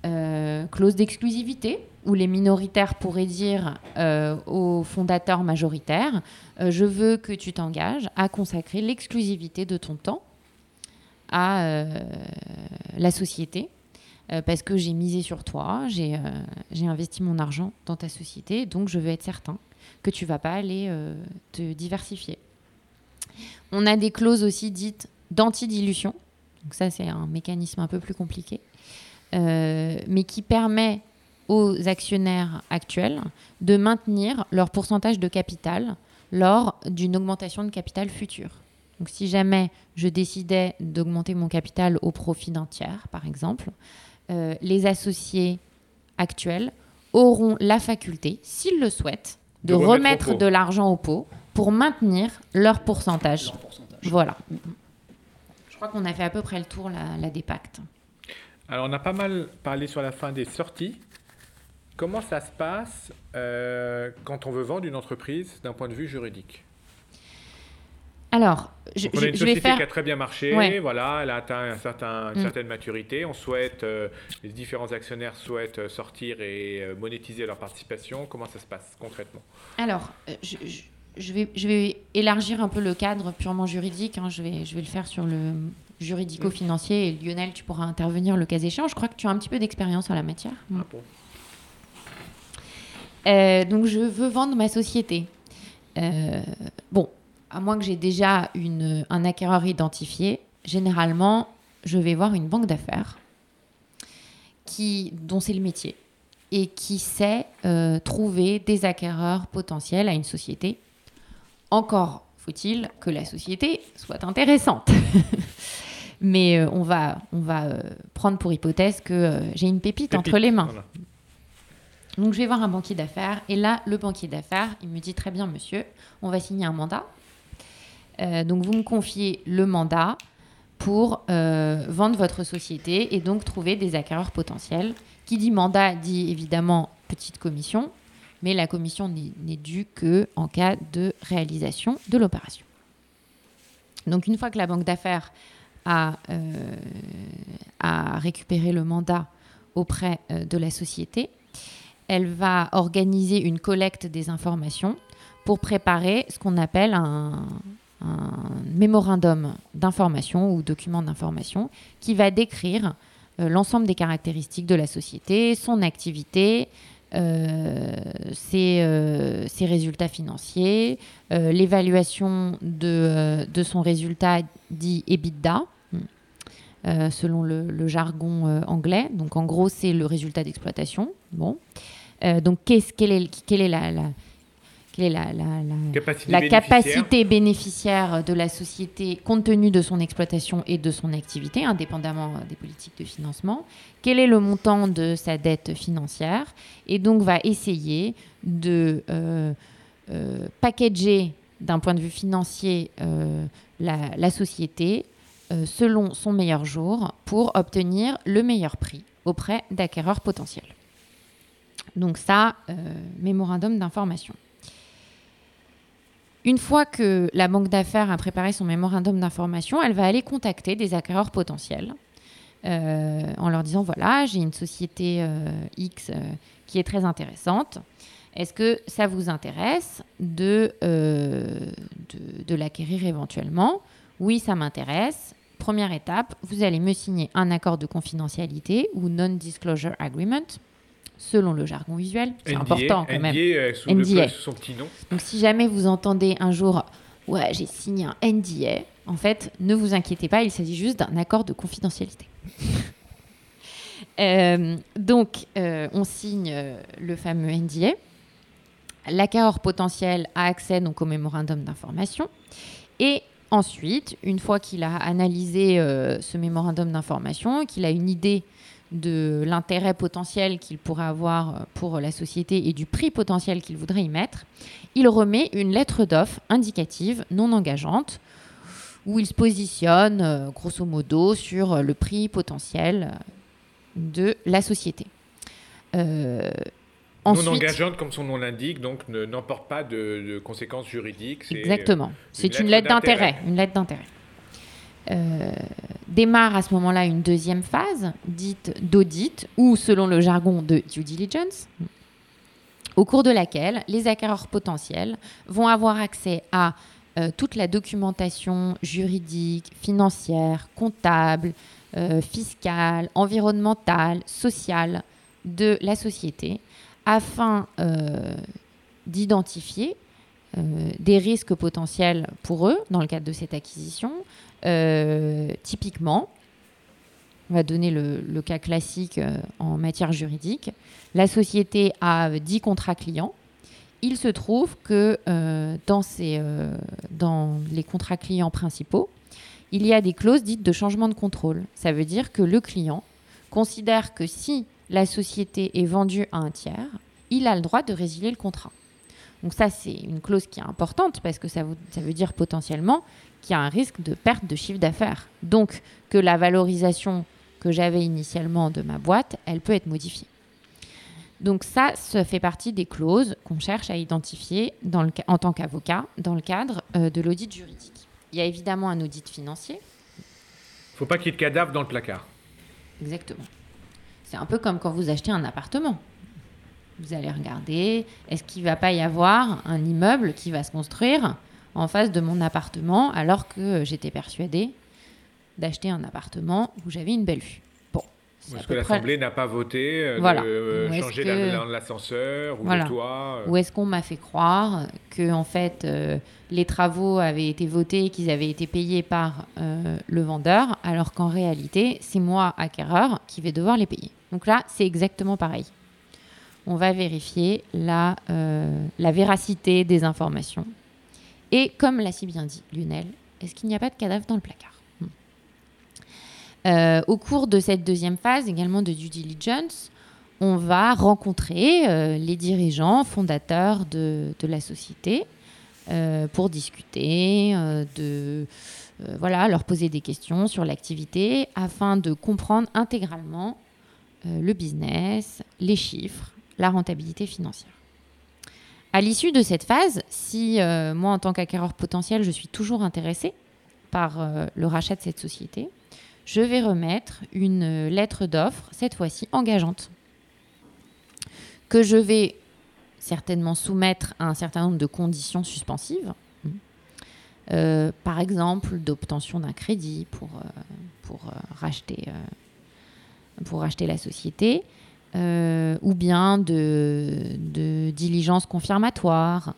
clause d'exclusivité, où les minoritaires pourraient dire aux fondateurs majoritaires je veux que tu t'engages à consacrer l'exclusivité de ton temps à la société, parce que j'ai misé sur toi, j'ai investi mon argent dans ta société, donc je veux être certain que tu ne vas pas aller te diversifier. On a des clauses aussi dites d'antidilution, donc ça c'est un mécanisme un peu plus compliqué, mais qui permet aux actionnaires actuels de maintenir leur pourcentage de capital lors d'une augmentation de capital future. Donc si jamais je décidais d'augmenter mon capital au profit d'un tiers, par exemple, les associés actuels auront la faculté, s'ils le souhaitent, de remettre de l'argent au pot pour maintenir leur pourcentage. Voilà. Je crois qu'on a fait à peu près le tour là des pactes. Alors, on a pas mal parlé sur la fin des sorties. Comment ça se passe quand on veut vendre une entreprise d'un point de vue juridique ? Alors, on a une société qui a très bien marché, voilà, elle a atteint une certaine maturité. On souhaite, les différents actionnaires souhaitent sortir et monétiser leur participation. Comment ça se passe concrètement ? Alors, je vais élargir un peu le cadre purement juridique. Hein. Je vais le faire sur le juridico-financier. Et Lionel, tu pourras intervenir le cas échéant. Je crois que tu as un petit peu d'expérience en la matière. Ah bon. Donc, je veux vendre ma société. Bon. À moins que j'ai déjà un acquéreur identifié, généralement, je vais voir une banque d'affaires dont c'est le métier et qui sait trouver des acquéreurs potentiels à une société. Encore faut-il que la société soit intéressante. Mais on va prendre pour hypothèse que j'ai une pépite entre les mains. Voilà. Donc, je vais voir un banquier d'affaires et là, le banquier d'affaires, il me dit « Très bien, monsieur, on va signer un mandat. » Donc, vous me confiez le mandat pour vendre votre société et donc trouver des acquéreurs potentiels. Qui dit mandat dit évidemment petite commission, mais la commission n'est due qu'en cas de réalisation de l'opération. Donc, une fois que la banque d'affaires a récupéré le mandat auprès de la société, elle va organiser une collecte des informations pour préparer ce qu'on appelle un mémorandum d'information ou document d'information qui va décrire l'ensemble des caractéristiques de la société, son activité, ses résultats financiers, l'évaluation de son résultat dit EBITDA, selon le jargon anglais. Donc en gros, c'est le résultat d'exploitation. Bon. Donc quelle est la capacité bénéficiaire de la société compte tenu de son exploitation et de son activité, indépendamment des politiques de financement. Quel est le montant de sa dette financière ? Et donc, va essayer de packager d'un point de vue financier la société selon son meilleur jour pour obtenir le meilleur prix auprès d'acquéreurs potentiels. Donc ça, mémorandum d'information. Une fois que la banque d'affaires a préparé son mémorandum d'information, elle va aller contacter des acquéreurs potentiels en leur disant « Voilà, j'ai une société X qui est très intéressante. Est-ce que ça vous intéresse de l'acquérir éventuellement ? Oui, ça m'intéresse. Première étape, vous allez me signer un accord de confidentialité ou Non-Disclosure Agreement. » Selon le jargon usuel, c'est important quand même. NDA sous son petit nom. Donc, si jamais vous entendez un jour « Ouais, j'ai signé un NDA », en fait, ne vous inquiétez pas, il s'agit juste d'un accord de confidentialité. Donc, on signe le fameux NDA. L'acquéreur potentiel a accès donc, au mémorandum d'information. Et ensuite, une fois qu'il a analysé ce mémorandum d'information, qu'il a une idée de l'intérêt potentiel qu'il pourrait avoir pour la société et du prix potentiel qu'il voudrait y mettre, il remet une lettre d'offre indicative non engageante où il se positionne grosso modo sur le prix potentiel de la société. Ensuite, non engageante, comme son nom l'indique, donc n'emporte pas de conséquences juridiques. Exactement. C'est une lettre d'intérêt. Une lettre d'intérêt. Démarre à ce moment-là une deuxième phase, dite d'audit, ou selon le jargon de due diligence, au cours de laquelle les acquéreurs potentiels vont avoir accès à toute la documentation juridique, financière, comptable, fiscale, environnementale, sociale de la société, afin d'identifier des risques potentiels pour eux dans le cadre de cette acquisition. Typiquement, on va donner le cas classique en matière juridique. La société a 10 contrats clients. Il se trouve que dans les contrats clients principaux, il y a des clauses dites de changement de contrôle. Ça veut dire que le client considère que si la société est vendue à un tiers, il a le droit de résilier le contrat. Donc ça, c'est une clause qui est importante parce que ça veut dire potentiellement qu'il y a un risque de perte de chiffre d'affaires. Donc que la valorisation que j'avais initialement de ma boîte, elle peut être modifiée. Donc ça fait partie des clauses qu'on cherche à identifier en tant qu'avocat dans le cadre de l'audit juridique. Il y a évidemment un audit financier. Il ne faut pas qu'il y ait de cadavres dans le placard. Exactement. C'est un peu comme quand vous achetez un appartement. Vous allez regarder, est-ce qu'il ne va pas y avoir un immeuble qui va se construire en face de mon appartement alors que j'étais persuadée d'acheter un appartement où j'avais une belle vue. Bon, est-ce que l'Assemblée n'a pas voté de changer l'ascenseur ou le toit Ou est-ce qu'on m'a fait croire que en fait, les travaux avaient été votés et qu'ils avaient été payés par le vendeur, alors qu'en réalité, c'est moi, acquéreur, qui vais devoir les payer. Donc là, c'est exactement pareil. On va vérifier la véracité des informations. Et comme l'a si bien dit Lunel, est-ce qu'il n'y a pas de cadavre dans le placard ? Au cours de cette deuxième phase, également de due diligence, on va rencontrer les dirigeants fondateurs de la société pour discuter, leur poser des questions sur l'activité afin de comprendre intégralement le business, les chiffres, la rentabilité financière. À l'issue de cette phase, si moi, en tant qu'acquéreur potentiel, je suis toujours intéressée par le rachat de cette société, je vais remettre une lettre d'offre, cette fois-ci engageante, que je vais certainement soumettre à un certain nombre de conditions suspensives. Par exemple, d'obtention d'un crédit pour racheter la société, ou bien de diligence confirmatoire,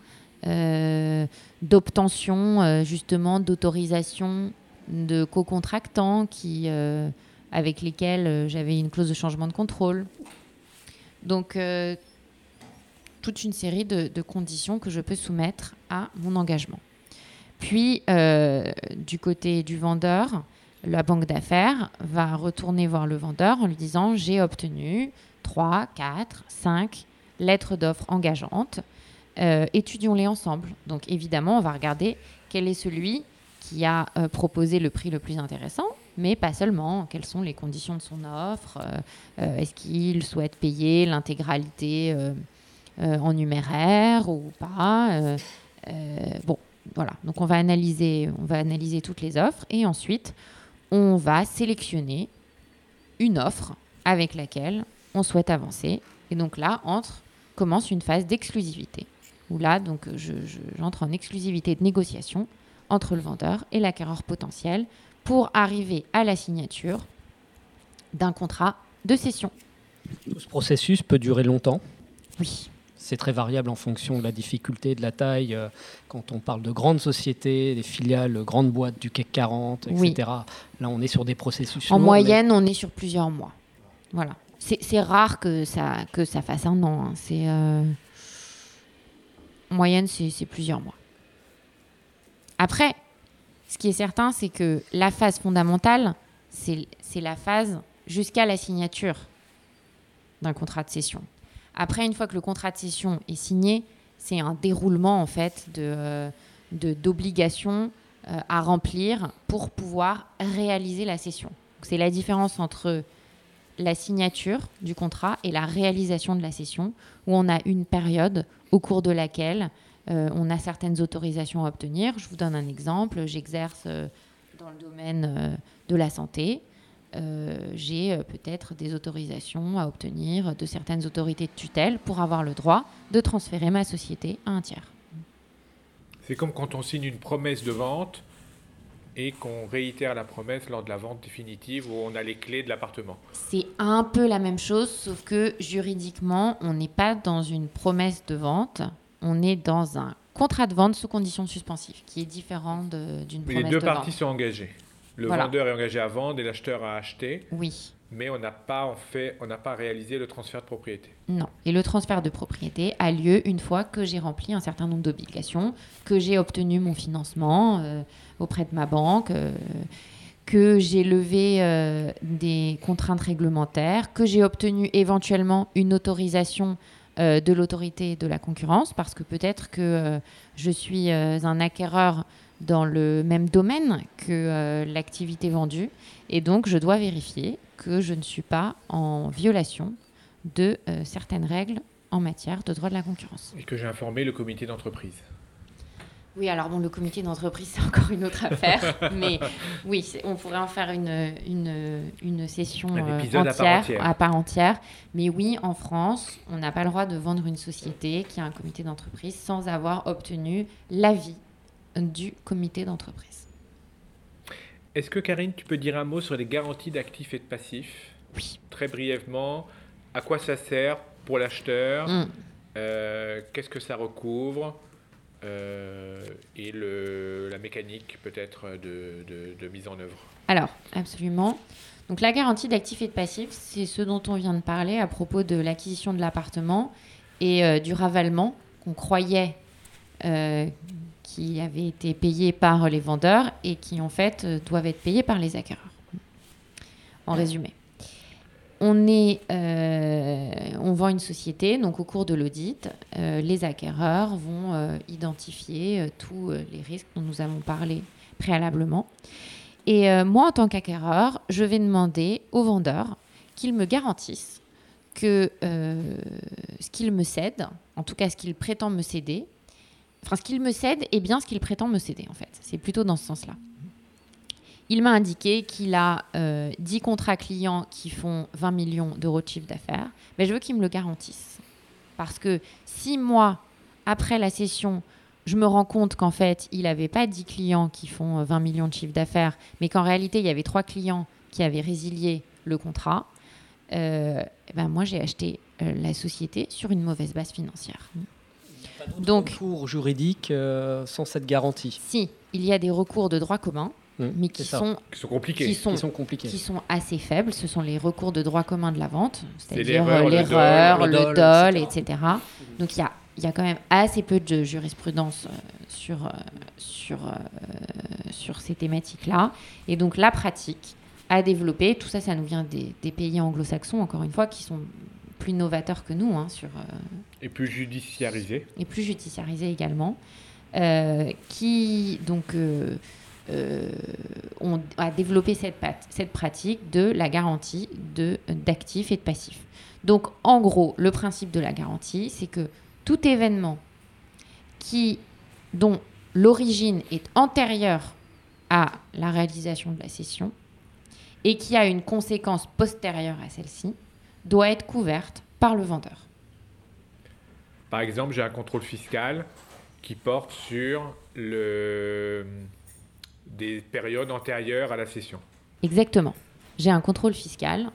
d'obtention justement d'autorisation de co-contractants avec lesquels j'avais une clause de changement de contrôle. Donc, toute une série de conditions que je peux soumettre à mon engagement. Puis, du côté du vendeur, la banque d'affaires va retourner voir le vendeur en lui disant « J'ai obtenu 3, 4, 5 lettres d'offres engageantes. Étudions-les ensemble. » Donc, évidemment, on va regarder quel est celui qui a proposé le prix le plus intéressant, mais pas seulement. Quelles sont les conditions de son offre ? Est-ce qu'il souhaite payer l'intégralité en numéraire ou pas ? Bon, voilà. Donc, on va analyser toutes les offres et ensuite, on va sélectionner une offre avec laquelle on souhaite avancer. Et donc là, commence une phase d'exclusivité, où là, donc, j'entre en exclusivité de négociation entre le vendeur et l'acquéreur potentiel pour arriver à la signature d'un contrat de cession. Tout ce processus peut durer longtemps. Oui. C'est très variable en fonction de la difficulté, de la taille. Quand on parle de grandes sociétés, des filiales, grandes boîtes du CAC 40, etc. Oui. Là, on est sur des processus en moyenne, on est sur plusieurs mois. Voilà. C'est rare que ça fasse un an. Hein. En moyenne, c'est plusieurs mois. Après, ce qui est certain, c'est que la phase fondamentale, c'est la phase jusqu'à la signature d'un contrat de cession. Après, une fois que le contrat de cession est signé, c'est un déroulement en fait d'obligations à remplir pour pouvoir réaliser la cession. Donc, c'est la différence entre la signature du contrat et la réalisation de la cession, où on a une période au cours de laquelle on a certaines autorisations à obtenir. Je vous donne un exemple. J'exerce dans le domaine de la santé, j'ai peut-être des autorisations à obtenir de certaines autorités de tutelle pour avoir le droit de transférer ma société à un tiers. C'est comme quand on signe une promesse de vente et qu'on réitère la promesse lors de la vente définitive où on a les clés de l'appartement. C'est un peu la même chose, sauf que juridiquement, on n'est pas dans une promesse de vente, on est dans un contrat de vente sous conditions suspensives, qui est différent d'une promesse de vente. Les deux parties sont engagées. Le Voilà. vendeur est engagé à vendre et l'acheteur à acheter. Oui. Mais on n'a pas réalisé le transfert de propriété. Non. Et le transfert de propriété a lieu une fois que j'ai rempli un certain nombre d'obligations, que j'ai obtenu mon financement auprès de ma banque, que j'ai levé des contraintes réglementaires, que j'ai obtenu éventuellement une autorisation de l'autorité de la concurrence, parce que peut-être que je suis un acquéreur dans le même domaine que l'activité vendue, et donc je dois vérifier que je ne suis pas en violation de certaines règles en matière de droit de la concurrence. Et que j'ai informé le comité d'entreprise. Oui, alors bon, le comité d'entreprise, c'est encore une autre affaire, mais oui, on pourrait en faire une session à part entière. Mais oui, en France, on n'a pas le droit de vendre une société qui a un comité d'entreprise sans avoir obtenu l'avis du comité d'entreprise. Est-ce que, Karine, tu peux dire un mot sur les garanties d'actifs et de passifs ? Oui. Très brièvement, à quoi ça sert pour l'acheteur ? Qu'est-ce que ça recouvre ? Et la mécanique peut-être de mise en œuvre. Alors, absolument. Donc la garantie d'actifs et de passifs, c'est ce dont on vient de parler à propos de l'acquisition de l'appartement et du ravalement qu'on croyait qui avait été payé par les vendeurs et qui en fait doivent être payés par les acquéreurs. En résumé. On vend une société, donc au cours de l'audit, les acquéreurs vont identifier tous les risques dont nous avons parlé préalablement. Et moi, en tant qu'acquéreur, je vais demander au vendeur qu'il me garantisse que ce qu'il me cède, en tout cas ce qu'il prétend me céder, enfin ce qu'il me cède est bien ce qu'il prétend me céder en fait. C'est plutôt dans ce sens-là. Il m'a indiqué qu'il a 10 contrats clients qui font 20 millions d'euros de chiffre d'affaires. Mais je veux qu'il me le garantisse. Parce que si moi, après la session, je me rends compte qu'en fait, il n'avait pas 10 clients qui font 20 millions de chiffre d'affaires, mais qu'en réalité, il y avait 3 clients qui avaient résilié le contrat, moi, j'ai acheté la société sur une mauvaise base financière. Donc, recours juridique sans cette garantie. Si, il y a des recours de droit commun, mais qui sont compliqués. Qui sont assez faibles. Ce sont les recours de droit commun de la vente, c'est-à-dire l'erreur, le dol, etc. Donc il y a quand même assez peu de jurisprudence sur ces thématiques-là. Et donc la pratique a développé, tout ça, ça nous vient des pays anglo-saxons, encore une fois, qui sont plus novateurs que nous. Et plus judiciarisés. Et plus judiciarisés également. Qui donc... on a développé cette pratique de la garantie d'actifs et de passifs. Donc, en gros, le principe de la garantie, c'est que tout événement dont l'origine est antérieure à la réalisation de la cession et qui a une conséquence postérieure à celle-ci doit être couverte par le vendeur. Par exemple, j'ai un contrôle fiscal qui porte sur des périodes antérieures à la cession. Exactement. J'ai un contrôle fiscal.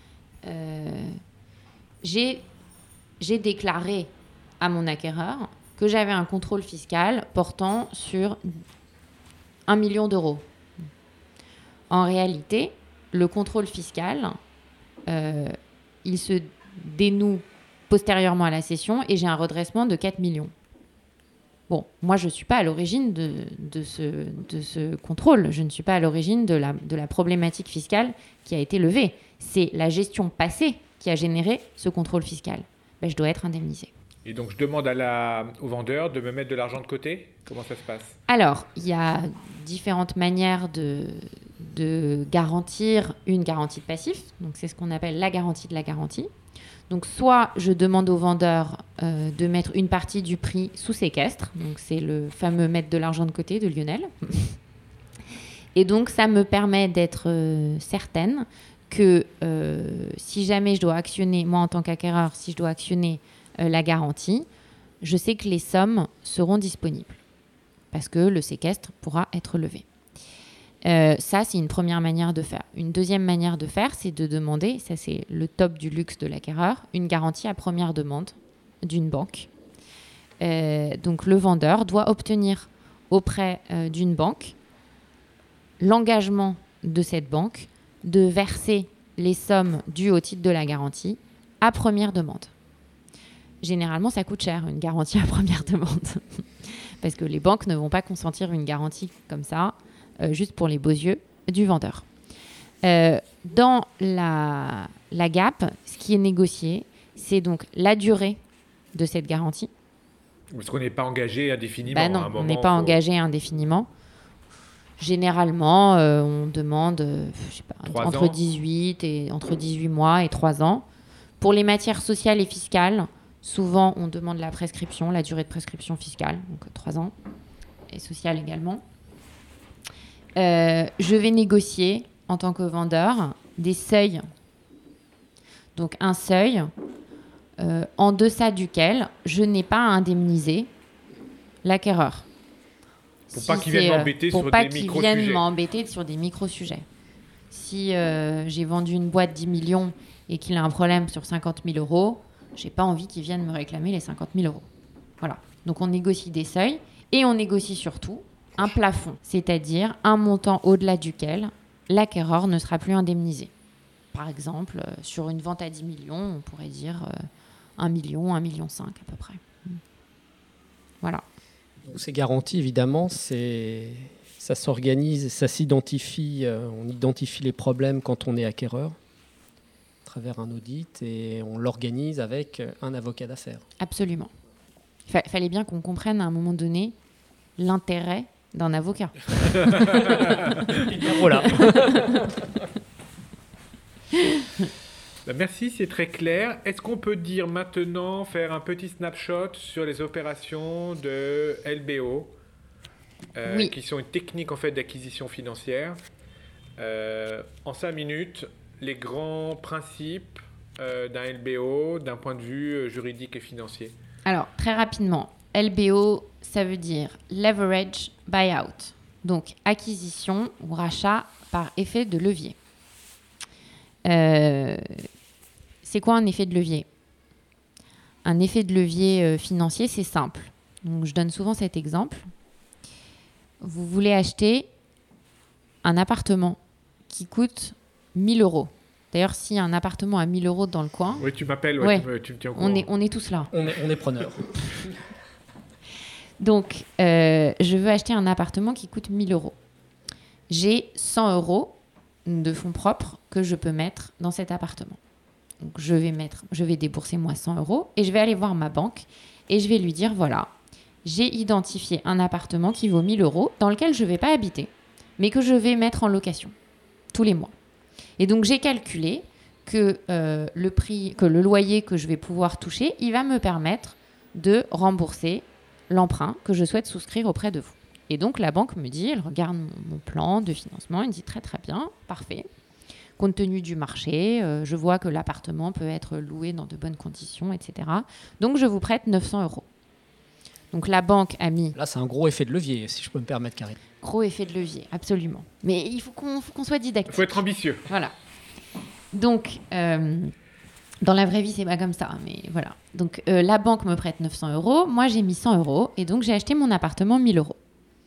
J'ai déclaré à mon acquéreur que j'avais un contrôle fiscal portant sur 1 million d'euros. En réalité, le contrôle fiscal, il se dénoue postérieurement à la cession et j'ai un redressement de 4 millions. Bon, moi, je ne suis pas à l'origine de ce contrôle. Je ne suis pas à l'origine de la problématique fiscale qui a été levée. C'est la gestion passée qui a généré ce contrôle fiscal. Je dois être indemnisée. Et donc, je demande au vendeur de me mettre de l'argent de côté ? Comment ça se passe ? Alors, il y a différentes manières de garantir une garantie de passif. Donc, c'est ce qu'on appelle la garantie de la garantie. Donc, soit je demande au vendeur de mettre une partie du prix sous séquestre. Donc, c'est le fameux mettre de l'argent de côté de Lionel. Et donc, ça me permet d'être certaine que si jamais je dois actionner, moi en tant qu'acquéreur, si je dois actionner la garantie, je sais que les sommes seront disponibles parce que le séquestre pourra être levé. Ça, c'est une première manière de faire. Une deuxième manière de faire, c'est de demander, ça c'est le top du luxe de l'acquéreur, une garantie à première demande d'une banque. Donc le vendeur doit obtenir auprès d'une banque l'engagement de cette banque de verser les sommes dues au titre de la garantie à première demande. Généralement, ça coûte cher, une garantie à première demande. Parce que les banques ne vont pas consentir une garantie comme ça, juste pour les beaux yeux du vendeur. Dans la GAP, ce qui est négocié, c'est donc la durée de cette garantie. Parce qu'on n'est pas engagé indéfiniment. Non, à un moment, on n'est pas engagé indéfiniment. Généralement, on demande entre 18 mois et 3 ans. Pour les matières sociales et fiscales, souvent, on demande la prescription, la durée de prescription fiscale, donc 3 ans, et sociale également. Je vais négocier, en tant que vendeur, des seuils. Donc, un seuil en deçà duquel je n'ai pas à indemniser l'acquéreur. Pour pas qu'ils viennent m'embêter sur des micro-sujets. Pour pas qu'ils viennent m'embêter sur des micro-sujets. Si j'ai vendu une boîte 10 millions et qu'il a un problème sur 50 000 euros, j'ai pas envie qu'ils viennent me réclamer les 50 000 euros. Voilà. Donc on négocie des seuils et on négocie surtout un plafond, c'est-à-dire un montant au-delà duquel l'acquéreur ne sera plus indemnisé. Par exemple, sur une vente à 10 millions, on pourrait dire 1 million, 1,5 million à peu près. Voilà. Ces garanties, évidemment, ça s'organise, ça s'identifie, on identifie les problèmes quand on est acquéreur à travers un audit et on l'organise avec un avocat d'affaires. Absolument. Il fallait bien qu'on comprenne à un moment donné l'intérêt d'un avocat. Voilà. Merci, c'est très clair. Est-ce qu'on peut dire maintenant, faire un petit snapshot sur les opérations de LBO, oui. qui sont une technique en fait d'acquisition financière. En 5 minutes, les grands principes d'un LBO d'un point de vue juridique et financier. Alors, très rapidement, LBO, ça veut dire Leverage Buyout. Donc, acquisition ou rachat par effet de levier. C'est quoi un effet de levier ? Un effet de levier financier, c'est simple. Donc, je donne souvent cet exemple. Vous voulez acheter un appartement qui coûte 1 000 euros. D'ailleurs, s'il y a un appartement à 1 000 euros dans le coin... Oui, tu m'appelles, tu me tiens au courant. On est tous là. On est preneurs. Donc, je veux acheter un appartement qui coûte 1 000 euros. J'ai 100 euros de fonds propres que je peux mettre dans cet appartement. Donc, je vais débourser moi 100 euros et je vais aller voir ma banque et je vais lui dire, voilà, j'ai identifié un appartement qui vaut 1 000 euros dans lequel je ne vais pas habiter, mais que je vais mettre en location tous les mois. Et donc, j'ai calculé que le loyer que je vais pouvoir toucher, il va me permettre de rembourser l'emprunt que je souhaite souscrire auprès de vous. Et donc, la banque me dit, elle regarde mon plan de financement, elle me dit très très bien, parfait. Compte tenu du marché, je vois que l'appartement peut être loué dans de bonnes conditions, etc. Donc, je vous prête 900 euros. Donc, la banque a mis... Là, c'est un gros effet de levier, si je peux me permettre, Karine. Gros effet de levier, absolument. Mais il faut qu'on soit didactique. Il faut être ambitieux. Voilà. Donc, dans la vraie vie, c'est pas comme ça, mais voilà. Donc, la banque me prête 900 euros, moi, j'ai mis 100 euros, et donc, j'ai acheté mon appartement 1 000 euros.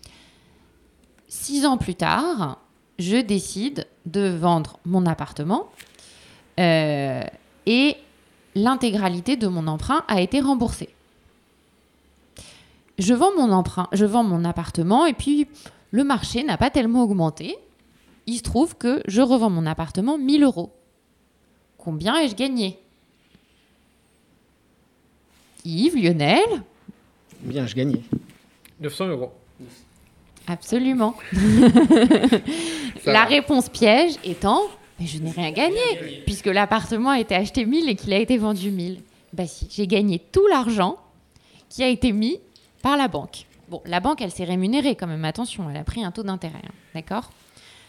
6 ans plus tard, je décide de vendre mon appartement et l'intégralité de mon emprunt a été remboursée. Je vends mon appartement et puis le marché n'a pas tellement augmenté. Il se trouve que je revends mon appartement 1 000 euros. Combien ai-je gagné ? Yves, Lionel ? Combien ai-je gagné ? 900 euros. Absolument. La réponse piège étant, mais je n'ai rien gagné, puisque l'appartement a été acheté 1 000 et qu'il a été vendu 1 000. Bah si, j'ai gagné tout l'argent qui a été mis par la banque. Bon, la banque, elle s'est rémunérée quand même, attention, elle a pris un taux d'intérêt, hein, d'accord ?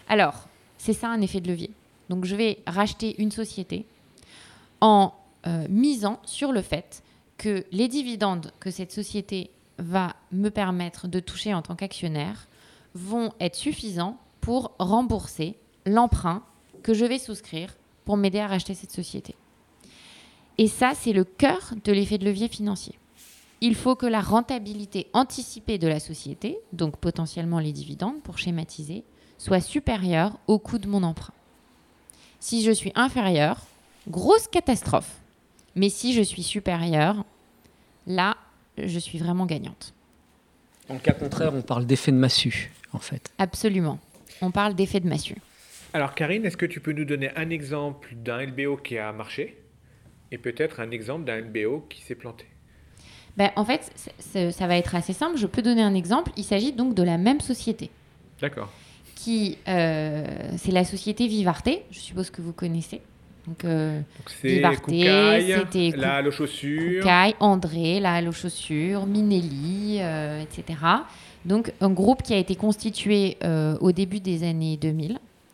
Alors, c'est ça un effet de levier. Donc, je vais racheter une société en misant sur le fait que les dividendes que cette société va me permettre de toucher en tant qu'actionnaire vont être suffisants pour rembourser l'emprunt que je vais souscrire pour m'aider à racheter cette société. Et ça, c'est le cœur de l'effet de levier financier. Il faut que la rentabilité anticipée de la société, donc potentiellement les dividendes pour schématiser, soit supérieure au coût de mon emprunt. Si je suis inférieur, grosse catastrophe. Mais si je suis supérieure, là, je suis vraiment gagnante. Dans le cas contraire, on parle d'effet de massue, en fait. Absolument. On parle d'effet de massue. Alors Karine, est-ce que tu peux nous donner un exemple d'un LBO qui a marché et peut-être un exemple d'un LBO qui s'est planté? En fait, ça va être assez simple. Je peux donner un exemple. Il s'agit donc de la même société. D'accord. C'est la société Vivarte, je suppose que vous connaissez. Donc c'est Vivarte, Koukaï, la Halle aux chaussures. Koukaï, André, la Halle aux chaussures, Minelli, etc. Donc un groupe qui a été constitué au début des années 2000.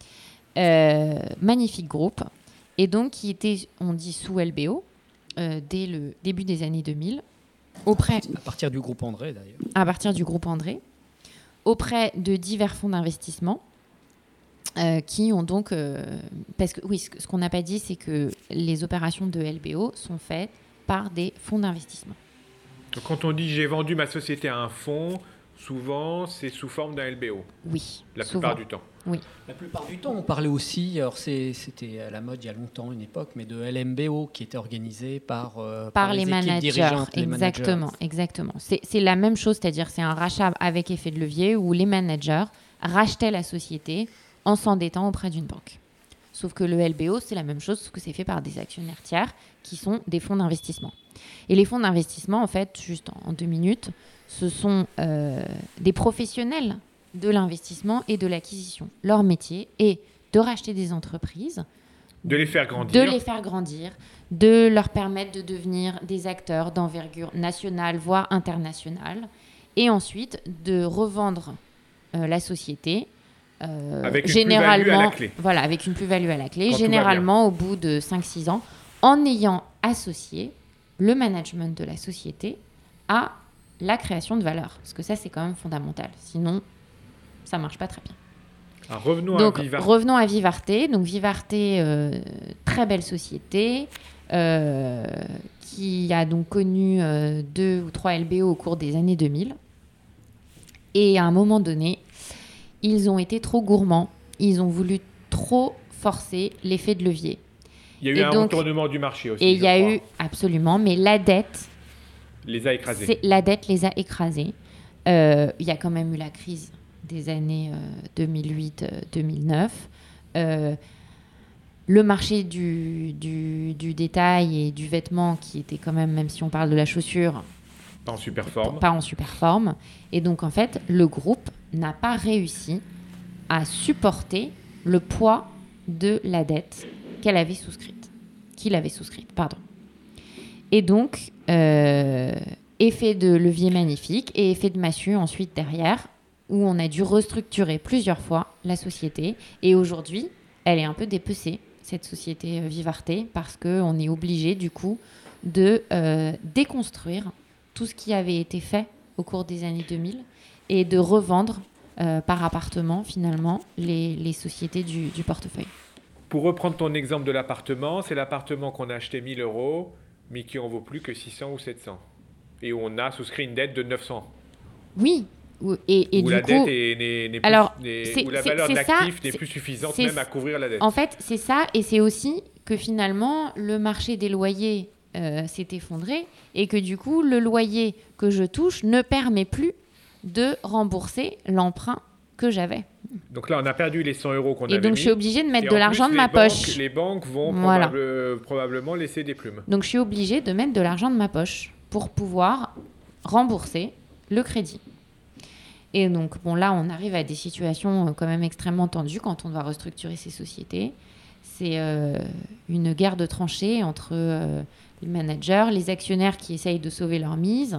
Magnifique groupe. Et donc qui était, on dit sous LBO, dès le début des années 2000. À partir du groupe André, d'ailleurs. À partir du groupe André. Auprès de divers fonds d'investissement qui ont donc... parce que oui, ce qu'on n'a pas dit, c'est que les opérations de LBO sont faites par des fonds d'investissement. Donc quand on dit « j'ai vendu ma société à un fonds », souvent c'est sous forme d'un LBO. Oui, La souvent. plupart du temps. Oui. La plupart du temps, on parlait aussi, alors c'était à la mode il y a longtemps, une époque, mais de LMBO qui était organisé par les équipes managers. dirigeantes. Exactement. C'est la même chose, c'est-à-dire c'est un rachat avec effet de levier où les managers rachetaient la société en s'endettant auprès d'une banque. Sauf que le LBO, c'est la même chose, sauf que c'est fait par des actionnaires tiers qui sont des fonds d'investissement. Et les fonds d'investissement, en fait, juste en 2 minutes, ce sont des professionnels de l'investissement et de l'acquisition. Leur métier est de racheter des entreprises, de les faire grandir, de leur permettre de devenir des acteurs d'envergure nationale, voire internationale, et ensuite de revendre la société avec une plus-value à la clé. Voilà, avec une plus-value à la clé, généralement au bout de 5-6 ans, en ayant associé le management de la société à la création de valeur. Parce que ça, c'est quand même fondamental. Sinon, ça ne marche pas très bien. Alors, revenons à Vivarte. Donc Vivarte, très belle société, qui a donc connu 2 ou 3 LBO au cours des années 2000. Et à un moment donné, ils ont été trop gourmands. Ils ont voulu trop forcer l'effet de levier. Il y a eu un retournement du marché aussi. Et il y a eu, absolument, mais la dette les a écrasés. La dette les a écrasés. Il y a quand même eu la crise des années 2008-2009. Le marché du détail et du vêtement qui était quand même si on parle de la chaussure, pas en super forme. Pas en super forme. Et donc, en fait, le groupe n'a pas réussi à supporter le poids de la dette qu'il avait souscrite. Et donc, effet de levier magnifique et effet de massue ensuite derrière, où on a dû restructurer plusieurs fois la société. Et aujourd'hui, elle est un peu dépecée, cette société Vivarte, parce qu'on est obligé, du coup, de déconstruire tout ce qui avait été fait au cours des années 2000 et de revendre par appartement, finalement, les sociétés du portefeuille. Pour reprendre ton exemple de l'appartement, c'est l'appartement qu'on a acheté 1 000 €, mais qui en vaut plus que 600 ou 700. Et où on a souscrit une dette de 900. Oui. Et où du la coup, dette n'est plus, alors, où la valeur de l'actif n'est plus suffisante même à couvrir la dette. En fait, c'est ça. Et c'est aussi que finalement, le marché des loyers s'est effondré et que du coup, le loyer que je touche ne permet plus de rembourser l'emprunt que j'avais. Donc là, on a perdu les 100 € qu'on avait mis. Et donc, je suis obligée de mettre de l'argent de ma poche. Les banques vont probablement laisser des plumes. Donc, je suis obligée de mettre de l'argent de ma poche pour pouvoir rembourser le crédit. Et donc, bon, là, on arrive à des situations quand même extrêmement tendues quand on doit restructurer ces sociétés. C'est une guerre de tranchées entre les managers, les actionnaires qui essayent de sauver leur mise,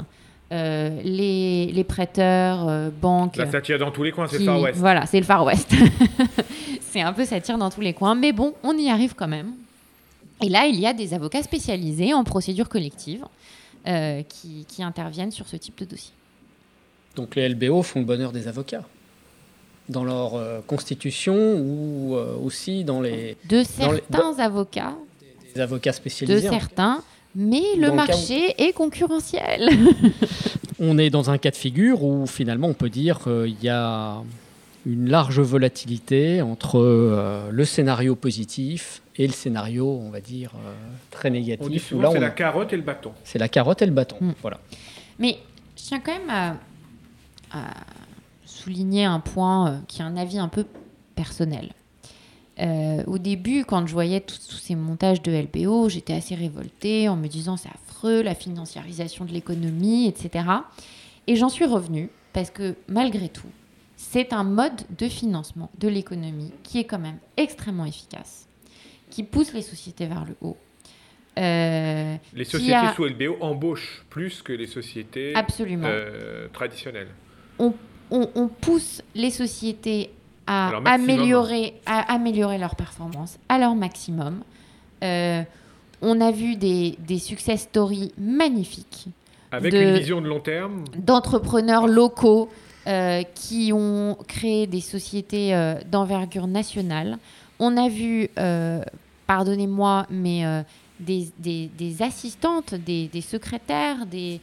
les prêteurs, banques. Là, ça tire dans tous les coins, c'est le Far West. Voilà, c'est le Far West. C'est un peu, ça tire dans tous les coins. Mais bon, on y arrive quand même. Et là, il y a des avocats spécialisés en procédure collective qui interviennent sur ce type de dossier. Donc les LBO font le bonheur des avocats dans leur constitution ou aussi dans les... De certains avocats. Des avocats spécialisés. De certains, mais le marché est concurrentiel. On est dans un cas de figure où finalement on peut dire qu'il y a une large volatilité entre le scénario positif et le scénario, on va dire, très négatif. On dit souvent c'est la carotte et le bâton. C'est la carotte et le bâton, voilà. Mais je tiens quand même à souligner un point qui est un avis un peu personnel. Au début, quand je voyais tous ces montages de LBO, j'étais assez révoltée en me disant c'est affreux, la financiarisation de l'économie, etc. Et j'en suis revenue parce que malgré tout, c'est un mode de financement de l'économie qui est quand même extrêmement efficace, qui pousse les sociétés vers le haut. Les sociétés sous LBO embauchent plus que les sociétés traditionnelles. On pousse les sociétés à améliorer leur performance à leur maximum. On a vu des success stories magnifiques. Avec une vision de long terme. D'entrepreneurs locaux qui ont créé des sociétés d'envergure nationale. On a vu, pardonnez-moi, mais des assistantes, des secrétaires, des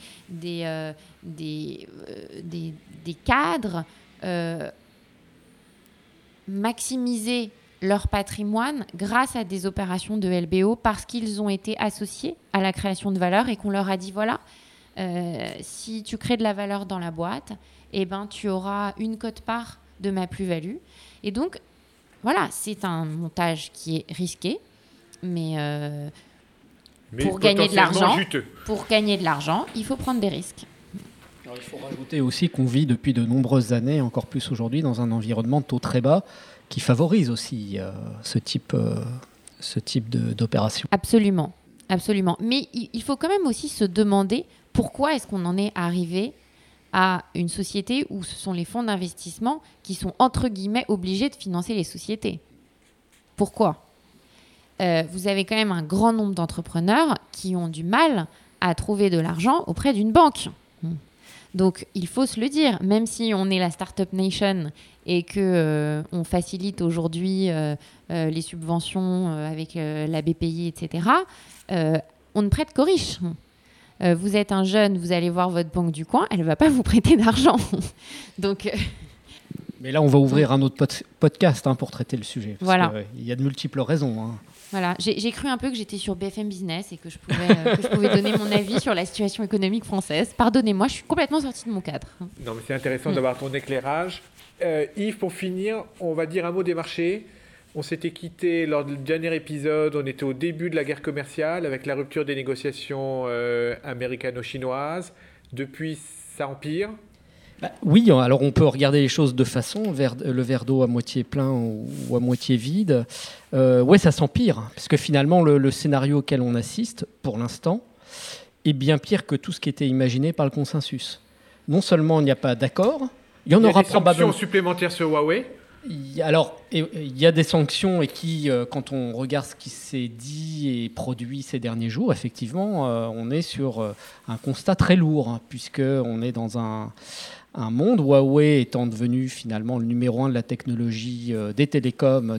cadres maximiser leur patrimoine grâce à des opérations de LBO parce qu'ils ont été associés à la création de valeur et qu'on leur a dit voilà, si tu crées de la valeur dans la boîte, eh ben, tu auras une quote-part de ma plus-value. Et donc, voilà, c'est un montage qui est risqué, mais pour gagner de l'argent, il faut prendre des risques. Alors, il faut rajouter aussi qu'on vit depuis de nombreuses années, encore plus aujourd'hui, dans un environnement de taux très bas qui favorise aussi ce type d'opération. Absolument, absolument. Mais il faut quand même aussi se demander pourquoi est-ce qu'on en est arrivé à une société où ce sont les fonds d'investissement qui sont, entre guillemets, obligés de financer les sociétés. Pourquoi ? Vous avez quand même un grand nombre d'entrepreneurs qui ont du mal à trouver de l'argent auprès d'une banque. Donc, il faut se le dire, même si on est la Startup Nation et qu'on facilite aujourd'hui les subventions avec la BPI, etc., on ne prête qu'aux riches. Vous êtes un jeune, vous allez voir votre banque du coin, elle ne va pas vous prêter d'argent. Donc... Mais là, on va ouvrir un autre podcast pour traiter le sujet. Parce voilà. qu'il y a de multiples raisons. Voilà. J'ai cru un peu que j'étais sur BFM Business et que je pouvais donner mon avis sur la situation économique française. Pardonnez-moi, je suis complètement sortie de mon cadre. Non, mais c'est intéressant d'avoir ton éclairage. Yves, pour finir, on va dire un mot des marchés. On s'était quitté lors du dernier épisode, on était au début de la guerre commerciale avec la rupture des négociations américano-chinoises. Depuis, ça empire. Oui, alors on peut regarder les choses de façon, le verre d'eau à moitié plein ou à moitié vide. Oui, ça s'empire, parce que finalement, le scénario auquel on assiste, pour l'instant, est bien pire que tout ce qui était imaginé par le consensus. Non seulement il n'y a pas d'accord, il y en aura probablement... Il y a des sanctions supplémentaires sur Huawei. Alors, il y a des sanctions et qui, quand on regarde ce qui s'est dit et produit ces derniers jours, effectivement, on est sur un constat très lourd, puisqu'on est dans un monde, Huawei étant devenu finalement le numéro 1 de la technologie des télécoms,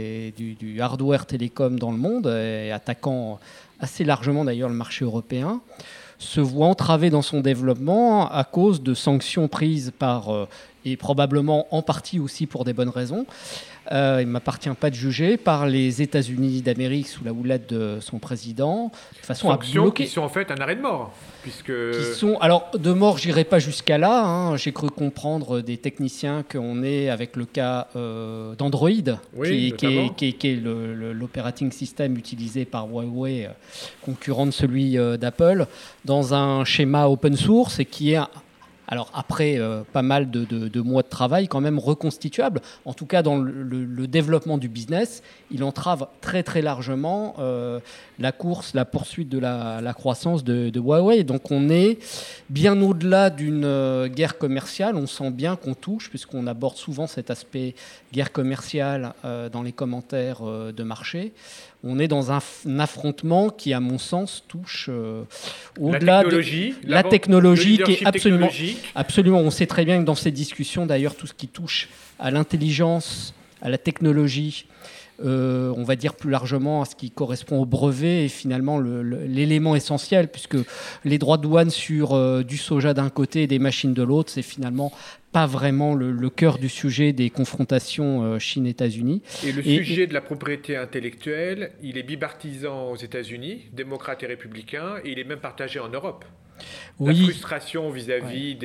du hardware télécom dans le monde, et attaquant assez largement d'ailleurs le marché européen, se voit entravé dans son développement à cause de sanctions prises par... et probablement en partie aussi pour des bonnes raisons, il ne m'appartient pas de juger, par les États-Unis d'Amérique sous la houlette de son président, de façon à bloquer... qui sont en fait un arrêt de mort, puisque... Alors, de mort, je n'irai pas jusqu'à là. J'ai cru comprendre des techniciens qu'on est avec le cas d'Android, qui est l'operating system utilisé par Huawei, concurrent de celui d'Apple, dans un schéma open source et qui est Alors après, pas mal de mois de travail quand même reconstituables. En tout cas, dans le développement du business, il entrave très très largement la poursuite de la croissance de Huawei. Donc on est bien au-delà d'une guerre commerciale. On sent bien qu'on touche, puisqu'on aborde souvent cet aspect guerre commerciale dans les commentaires de marché. On est dans un affrontement qui, à mon sens, touche au-delà de la technologie qui est absolument. On sait très bien que dans ces discussions, d'ailleurs, tout ce qui touche à l'intelligence, à la technologie, on va dire plus largement à ce qui correspond au brevet, est finalement l'élément essentiel, puisque les droits de douane sur du soja d'un côté et des machines de l'autre, c'est finalement pas vraiment le cœur du sujet des confrontations Chine-États-Unis. Et le sujet de la propriété intellectuelle, il est bipartisan aux États-Unis, démocrates et républicains, et il est même partagé en Europe. Oui. La frustration vis-à-vis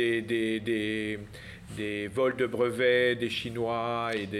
des vols de brevets des Chinois et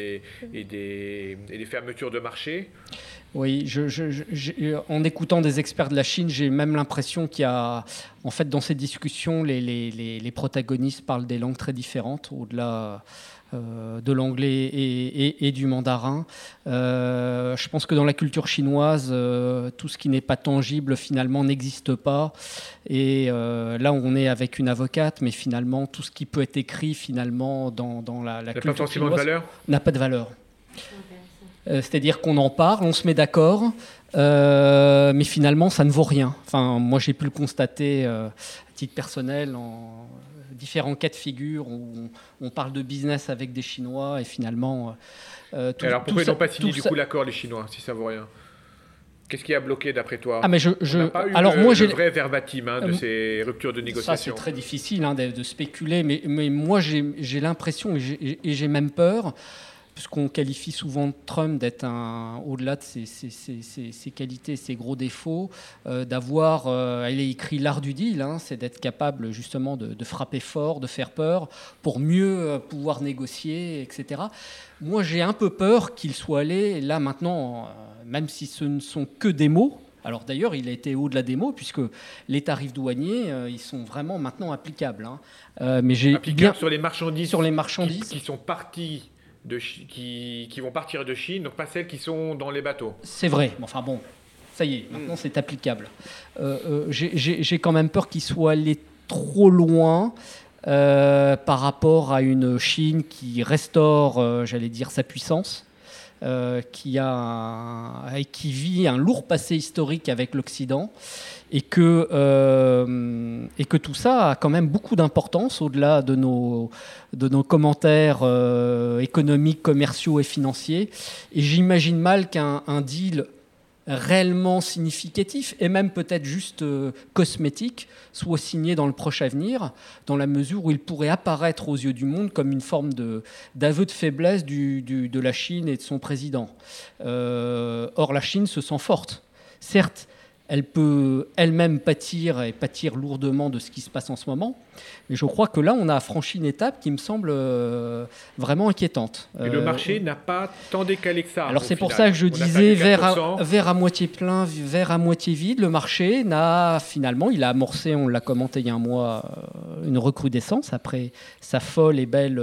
des fermetures de marché. Oui, en écoutant des experts de la Chine, j'ai même l'impression qu'il y a, en fait, dans ces discussions, les protagonistes parlent des langues très différentes, au-delà de l'anglais et du mandarin. Je pense que dans la culture chinoise, tout ce qui n'est pas tangible, finalement, n'existe pas. Et là, on est avec une avocate, mais finalement, tout ce qui peut être écrit, finalement, dans la culture chinoise n'a pas de valeur. C'est-à-dire qu'on en parle, on se met d'accord, mais finalement, ça ne vaut rien. Enfin, moi, j'ai pu le constater à titre personnel en différents cas de figure où on parle de business avec des Chinois et finalement... Alors, pourquoi ils n'ont pas signé du coup l'accord, les Chinois, si ça ne vaut rien ? Qu'est-ce qui a bloqué d'après toi ? On n'a pas eu le vrai verbatim de ces ruptures de négociation. Ça, c'est très difficile de spéculer, mais moi, j'ai l'impression, et j'ai même peur, puisqu'on qualifie souvent Trump d'être au-delà de ses qualités, ses gros défauts, d'avoir, elle est écrit l'art du deal, c'est d'être capable justement de frapper fort, de faire peur, pour mieux pouvoir négocier, etc. Moi, j'ai un peu peur qu'il soit allé, là maintenant, même si ce ne sont que des mots. Alors d'ailleurs, il a été au-delà des mots, puisque les tarifs douaniers, ils sont vraiment maintenant applicables. Mais applicables sur les marchandises qui sont parties... qui vont partir de Chine, donc pas celles qui sont dans les bateaux. C'est vrai, enfin bon, ça y est, maintenant c'est applicable. J'ai quand même peur qu'il soit allé trop loin par rapport à une Chine qui restaure, j'allais dire, sa puissance, qui vit un lourd passé historique avec l'Occident, et que tout ça a quand même beaucoup d'importance au-delà de nos commentaires économiques, commerciaux et financiers. Et j'imagine mal qu'un deal réellement significatif, et même peut-être juste cosmétique, soit signé dans le proche avenir, dans la mesure où il pourrait apparaître aux yeux du monde comme une forme d'aveu de faiblesse de la Chine et de son président. Or, la Chine se sent forte. Certes, elle peut elle-même pâtir lourdement de ce qui se passe en ce moment. Mais je crois que là, on a franchi une étape qui me semble vraiment inquiétante. Et le marché n'a pas tant décalé que ça. Alors c'est pour ça que je disais verre à moitié plein, verre à moitié vide. Le marché il a amorcé, on l'a commenté il y a un mois, une recrudescence après sa folle et belle,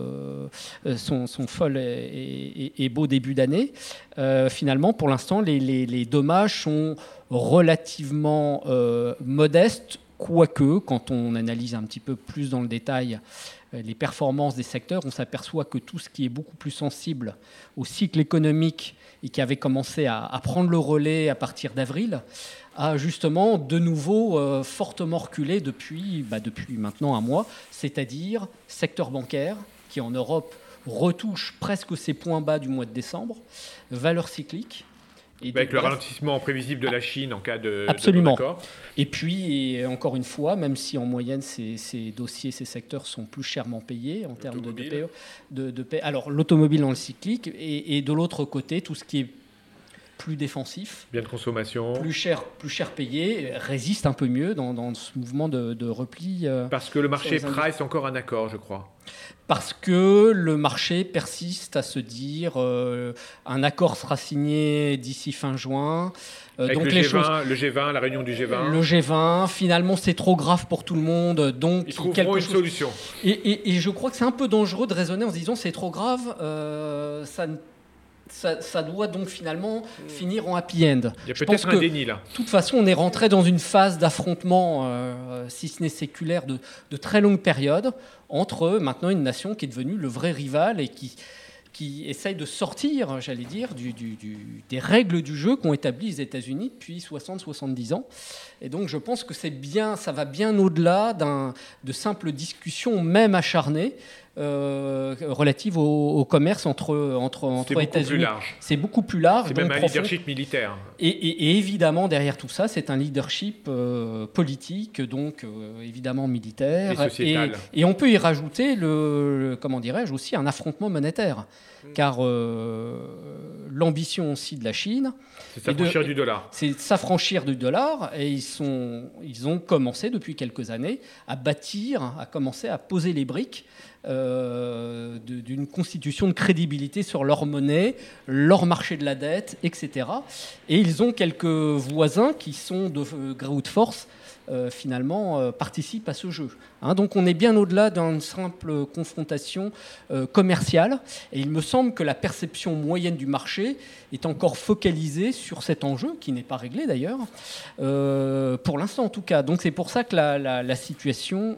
son folle et beau début d'année. Finalement, pour l'instant, les dommages sont relativement modestes, quoique, quand on analyse un petit peu plus dans le détail les performances des secteurs, on s'aperçoit que tout ce qui est beaucoup plus sensible au cycle économique et qui avait commencé à prendre le relais à partir d'avril, a justement de nouveau fortement reculé depuis maintenant un mois, c'est-à-dire secteur bancaire qui en Europe retouche presque ses points bas du mois de décembre, valeur cyclique. Avec le ralentissement prévisible de la Chine en cas de absolument. d'accord. Et puis, encore une fois, même si en moyenne, ces dossiers, ces secteurs sont plus chèrement payés en termes de paie. Alors, l'automobile dans le cyclique, et de l'autre côté, tout ce qui est plus défensif, bien de consommation, plus cher payé, résiste un peu mieux dans ce mouvement de repli. Parce que le marché price encore un accord, je crois. parce que le marché persiste à se dire un accord sera signé d'ici fin juin. Avec Donc le G20, la réunion du G20. Le G20, finalement, c'est trop grave pour tout le monde. Donc, ils trouveront une solution. Et je crois que c'est un peu dangereux de raisonner en se disant c'est trop grave, ça doit donc finalement finir en happy end. Il y a peut-être un déni là. De toute façon, on est rentré dans une phase d'affrontement, si ce n'est séculaire, de très longue période entre maintenant une nation qui est devenue le vrai rival et qui essaye de sortir, j'allais dire, des règles du jeu qu'ont établies les États-Unis depuis 60-70 ans. Et donc je pense que ça va bien au-delà de simples discussions, même acharnées, relatives au commerce entre États-Unis. Plus large. C'est beaucoup plus large. C'est même un leadership militaire. Et évidemment, derrière tout ça, c'est un leadership politique, donc évidemment militaire. Et sociétal. Et on peut y rajouter, comment dirais-je, aussi un affrontement monétaire. Car l'ambition aussi de la Chine... C'est s'affranchir du dollar. C'est s'affranchir du dollar. Et ils ont commencé depuis quelques années à commencer à poser les briques d'une constitution de crédibilité sur leur monnaie, leur marché de la dette, etc. Et ils ont quelques voisins qui sont de gré ou de force finalement participent à ce jeu. Donc on est bien au-delà d'une simple confrontation commerciale. Et il me semble que la perception moyenne du marché est encore focalisée sur cet enjeu, qui n'est pas réglé d'ailleurs, pour l'instant en tout cas. Donc c'est pour ça que la situation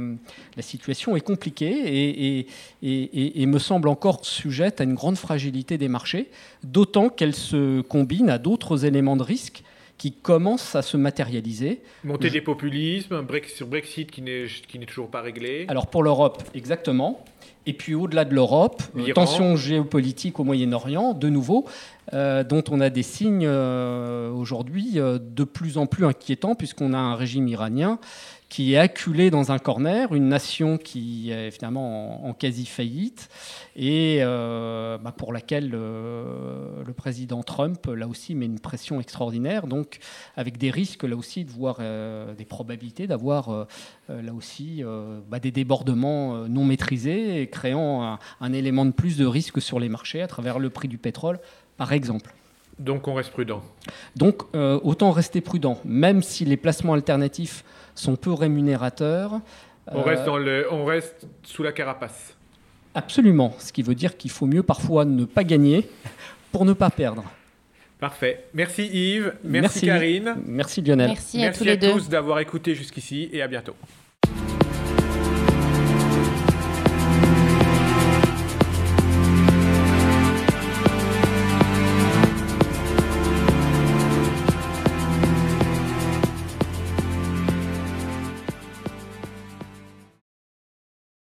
est compliquée et me semble encore sujette à une grande fragilité des marchés, d'autant qu'elle se combine à d'autres éléments de risque qui commence à se matérialiser. Montée des populismes, sur Brexit qui n'est toujours pas réglé. Alors pour l'Europe, exactement. Et puis au-delà de l'Europe, tensions géopolitiques au Moyen-Orient, de nouveau, dont on a des signes aujourd'hui de plus en plus inquiétants, puisqu'on a un régime iranien qui est acculé dans un corner, une nation qui est finalement en quasi-faillite, et pour laquelle le président Trump, là aussi, met une pression extraordinaire, donc avec des risques, là aussi, de voir des probabilités d'avoir, là aussi, des débordements non maîtrisés, et créant un élément de plus de risque sur les marchés à travers le prix du pétrole, par exemple. Donc on reste prudent. Donc autant rester prudent, même si les placements alternatifs sont peu rémunérateurs. On reste sous la carapace. Absolument, ce qui veut dire qu'il faut mieux parfois ne pas gagner pour ne pas perdre. Parfait. Merci Yves, merci Karine. Merci Lionel. Merci à tous les deux. Merci à tous d'avoir écouté jusqu'ici et à bientôt.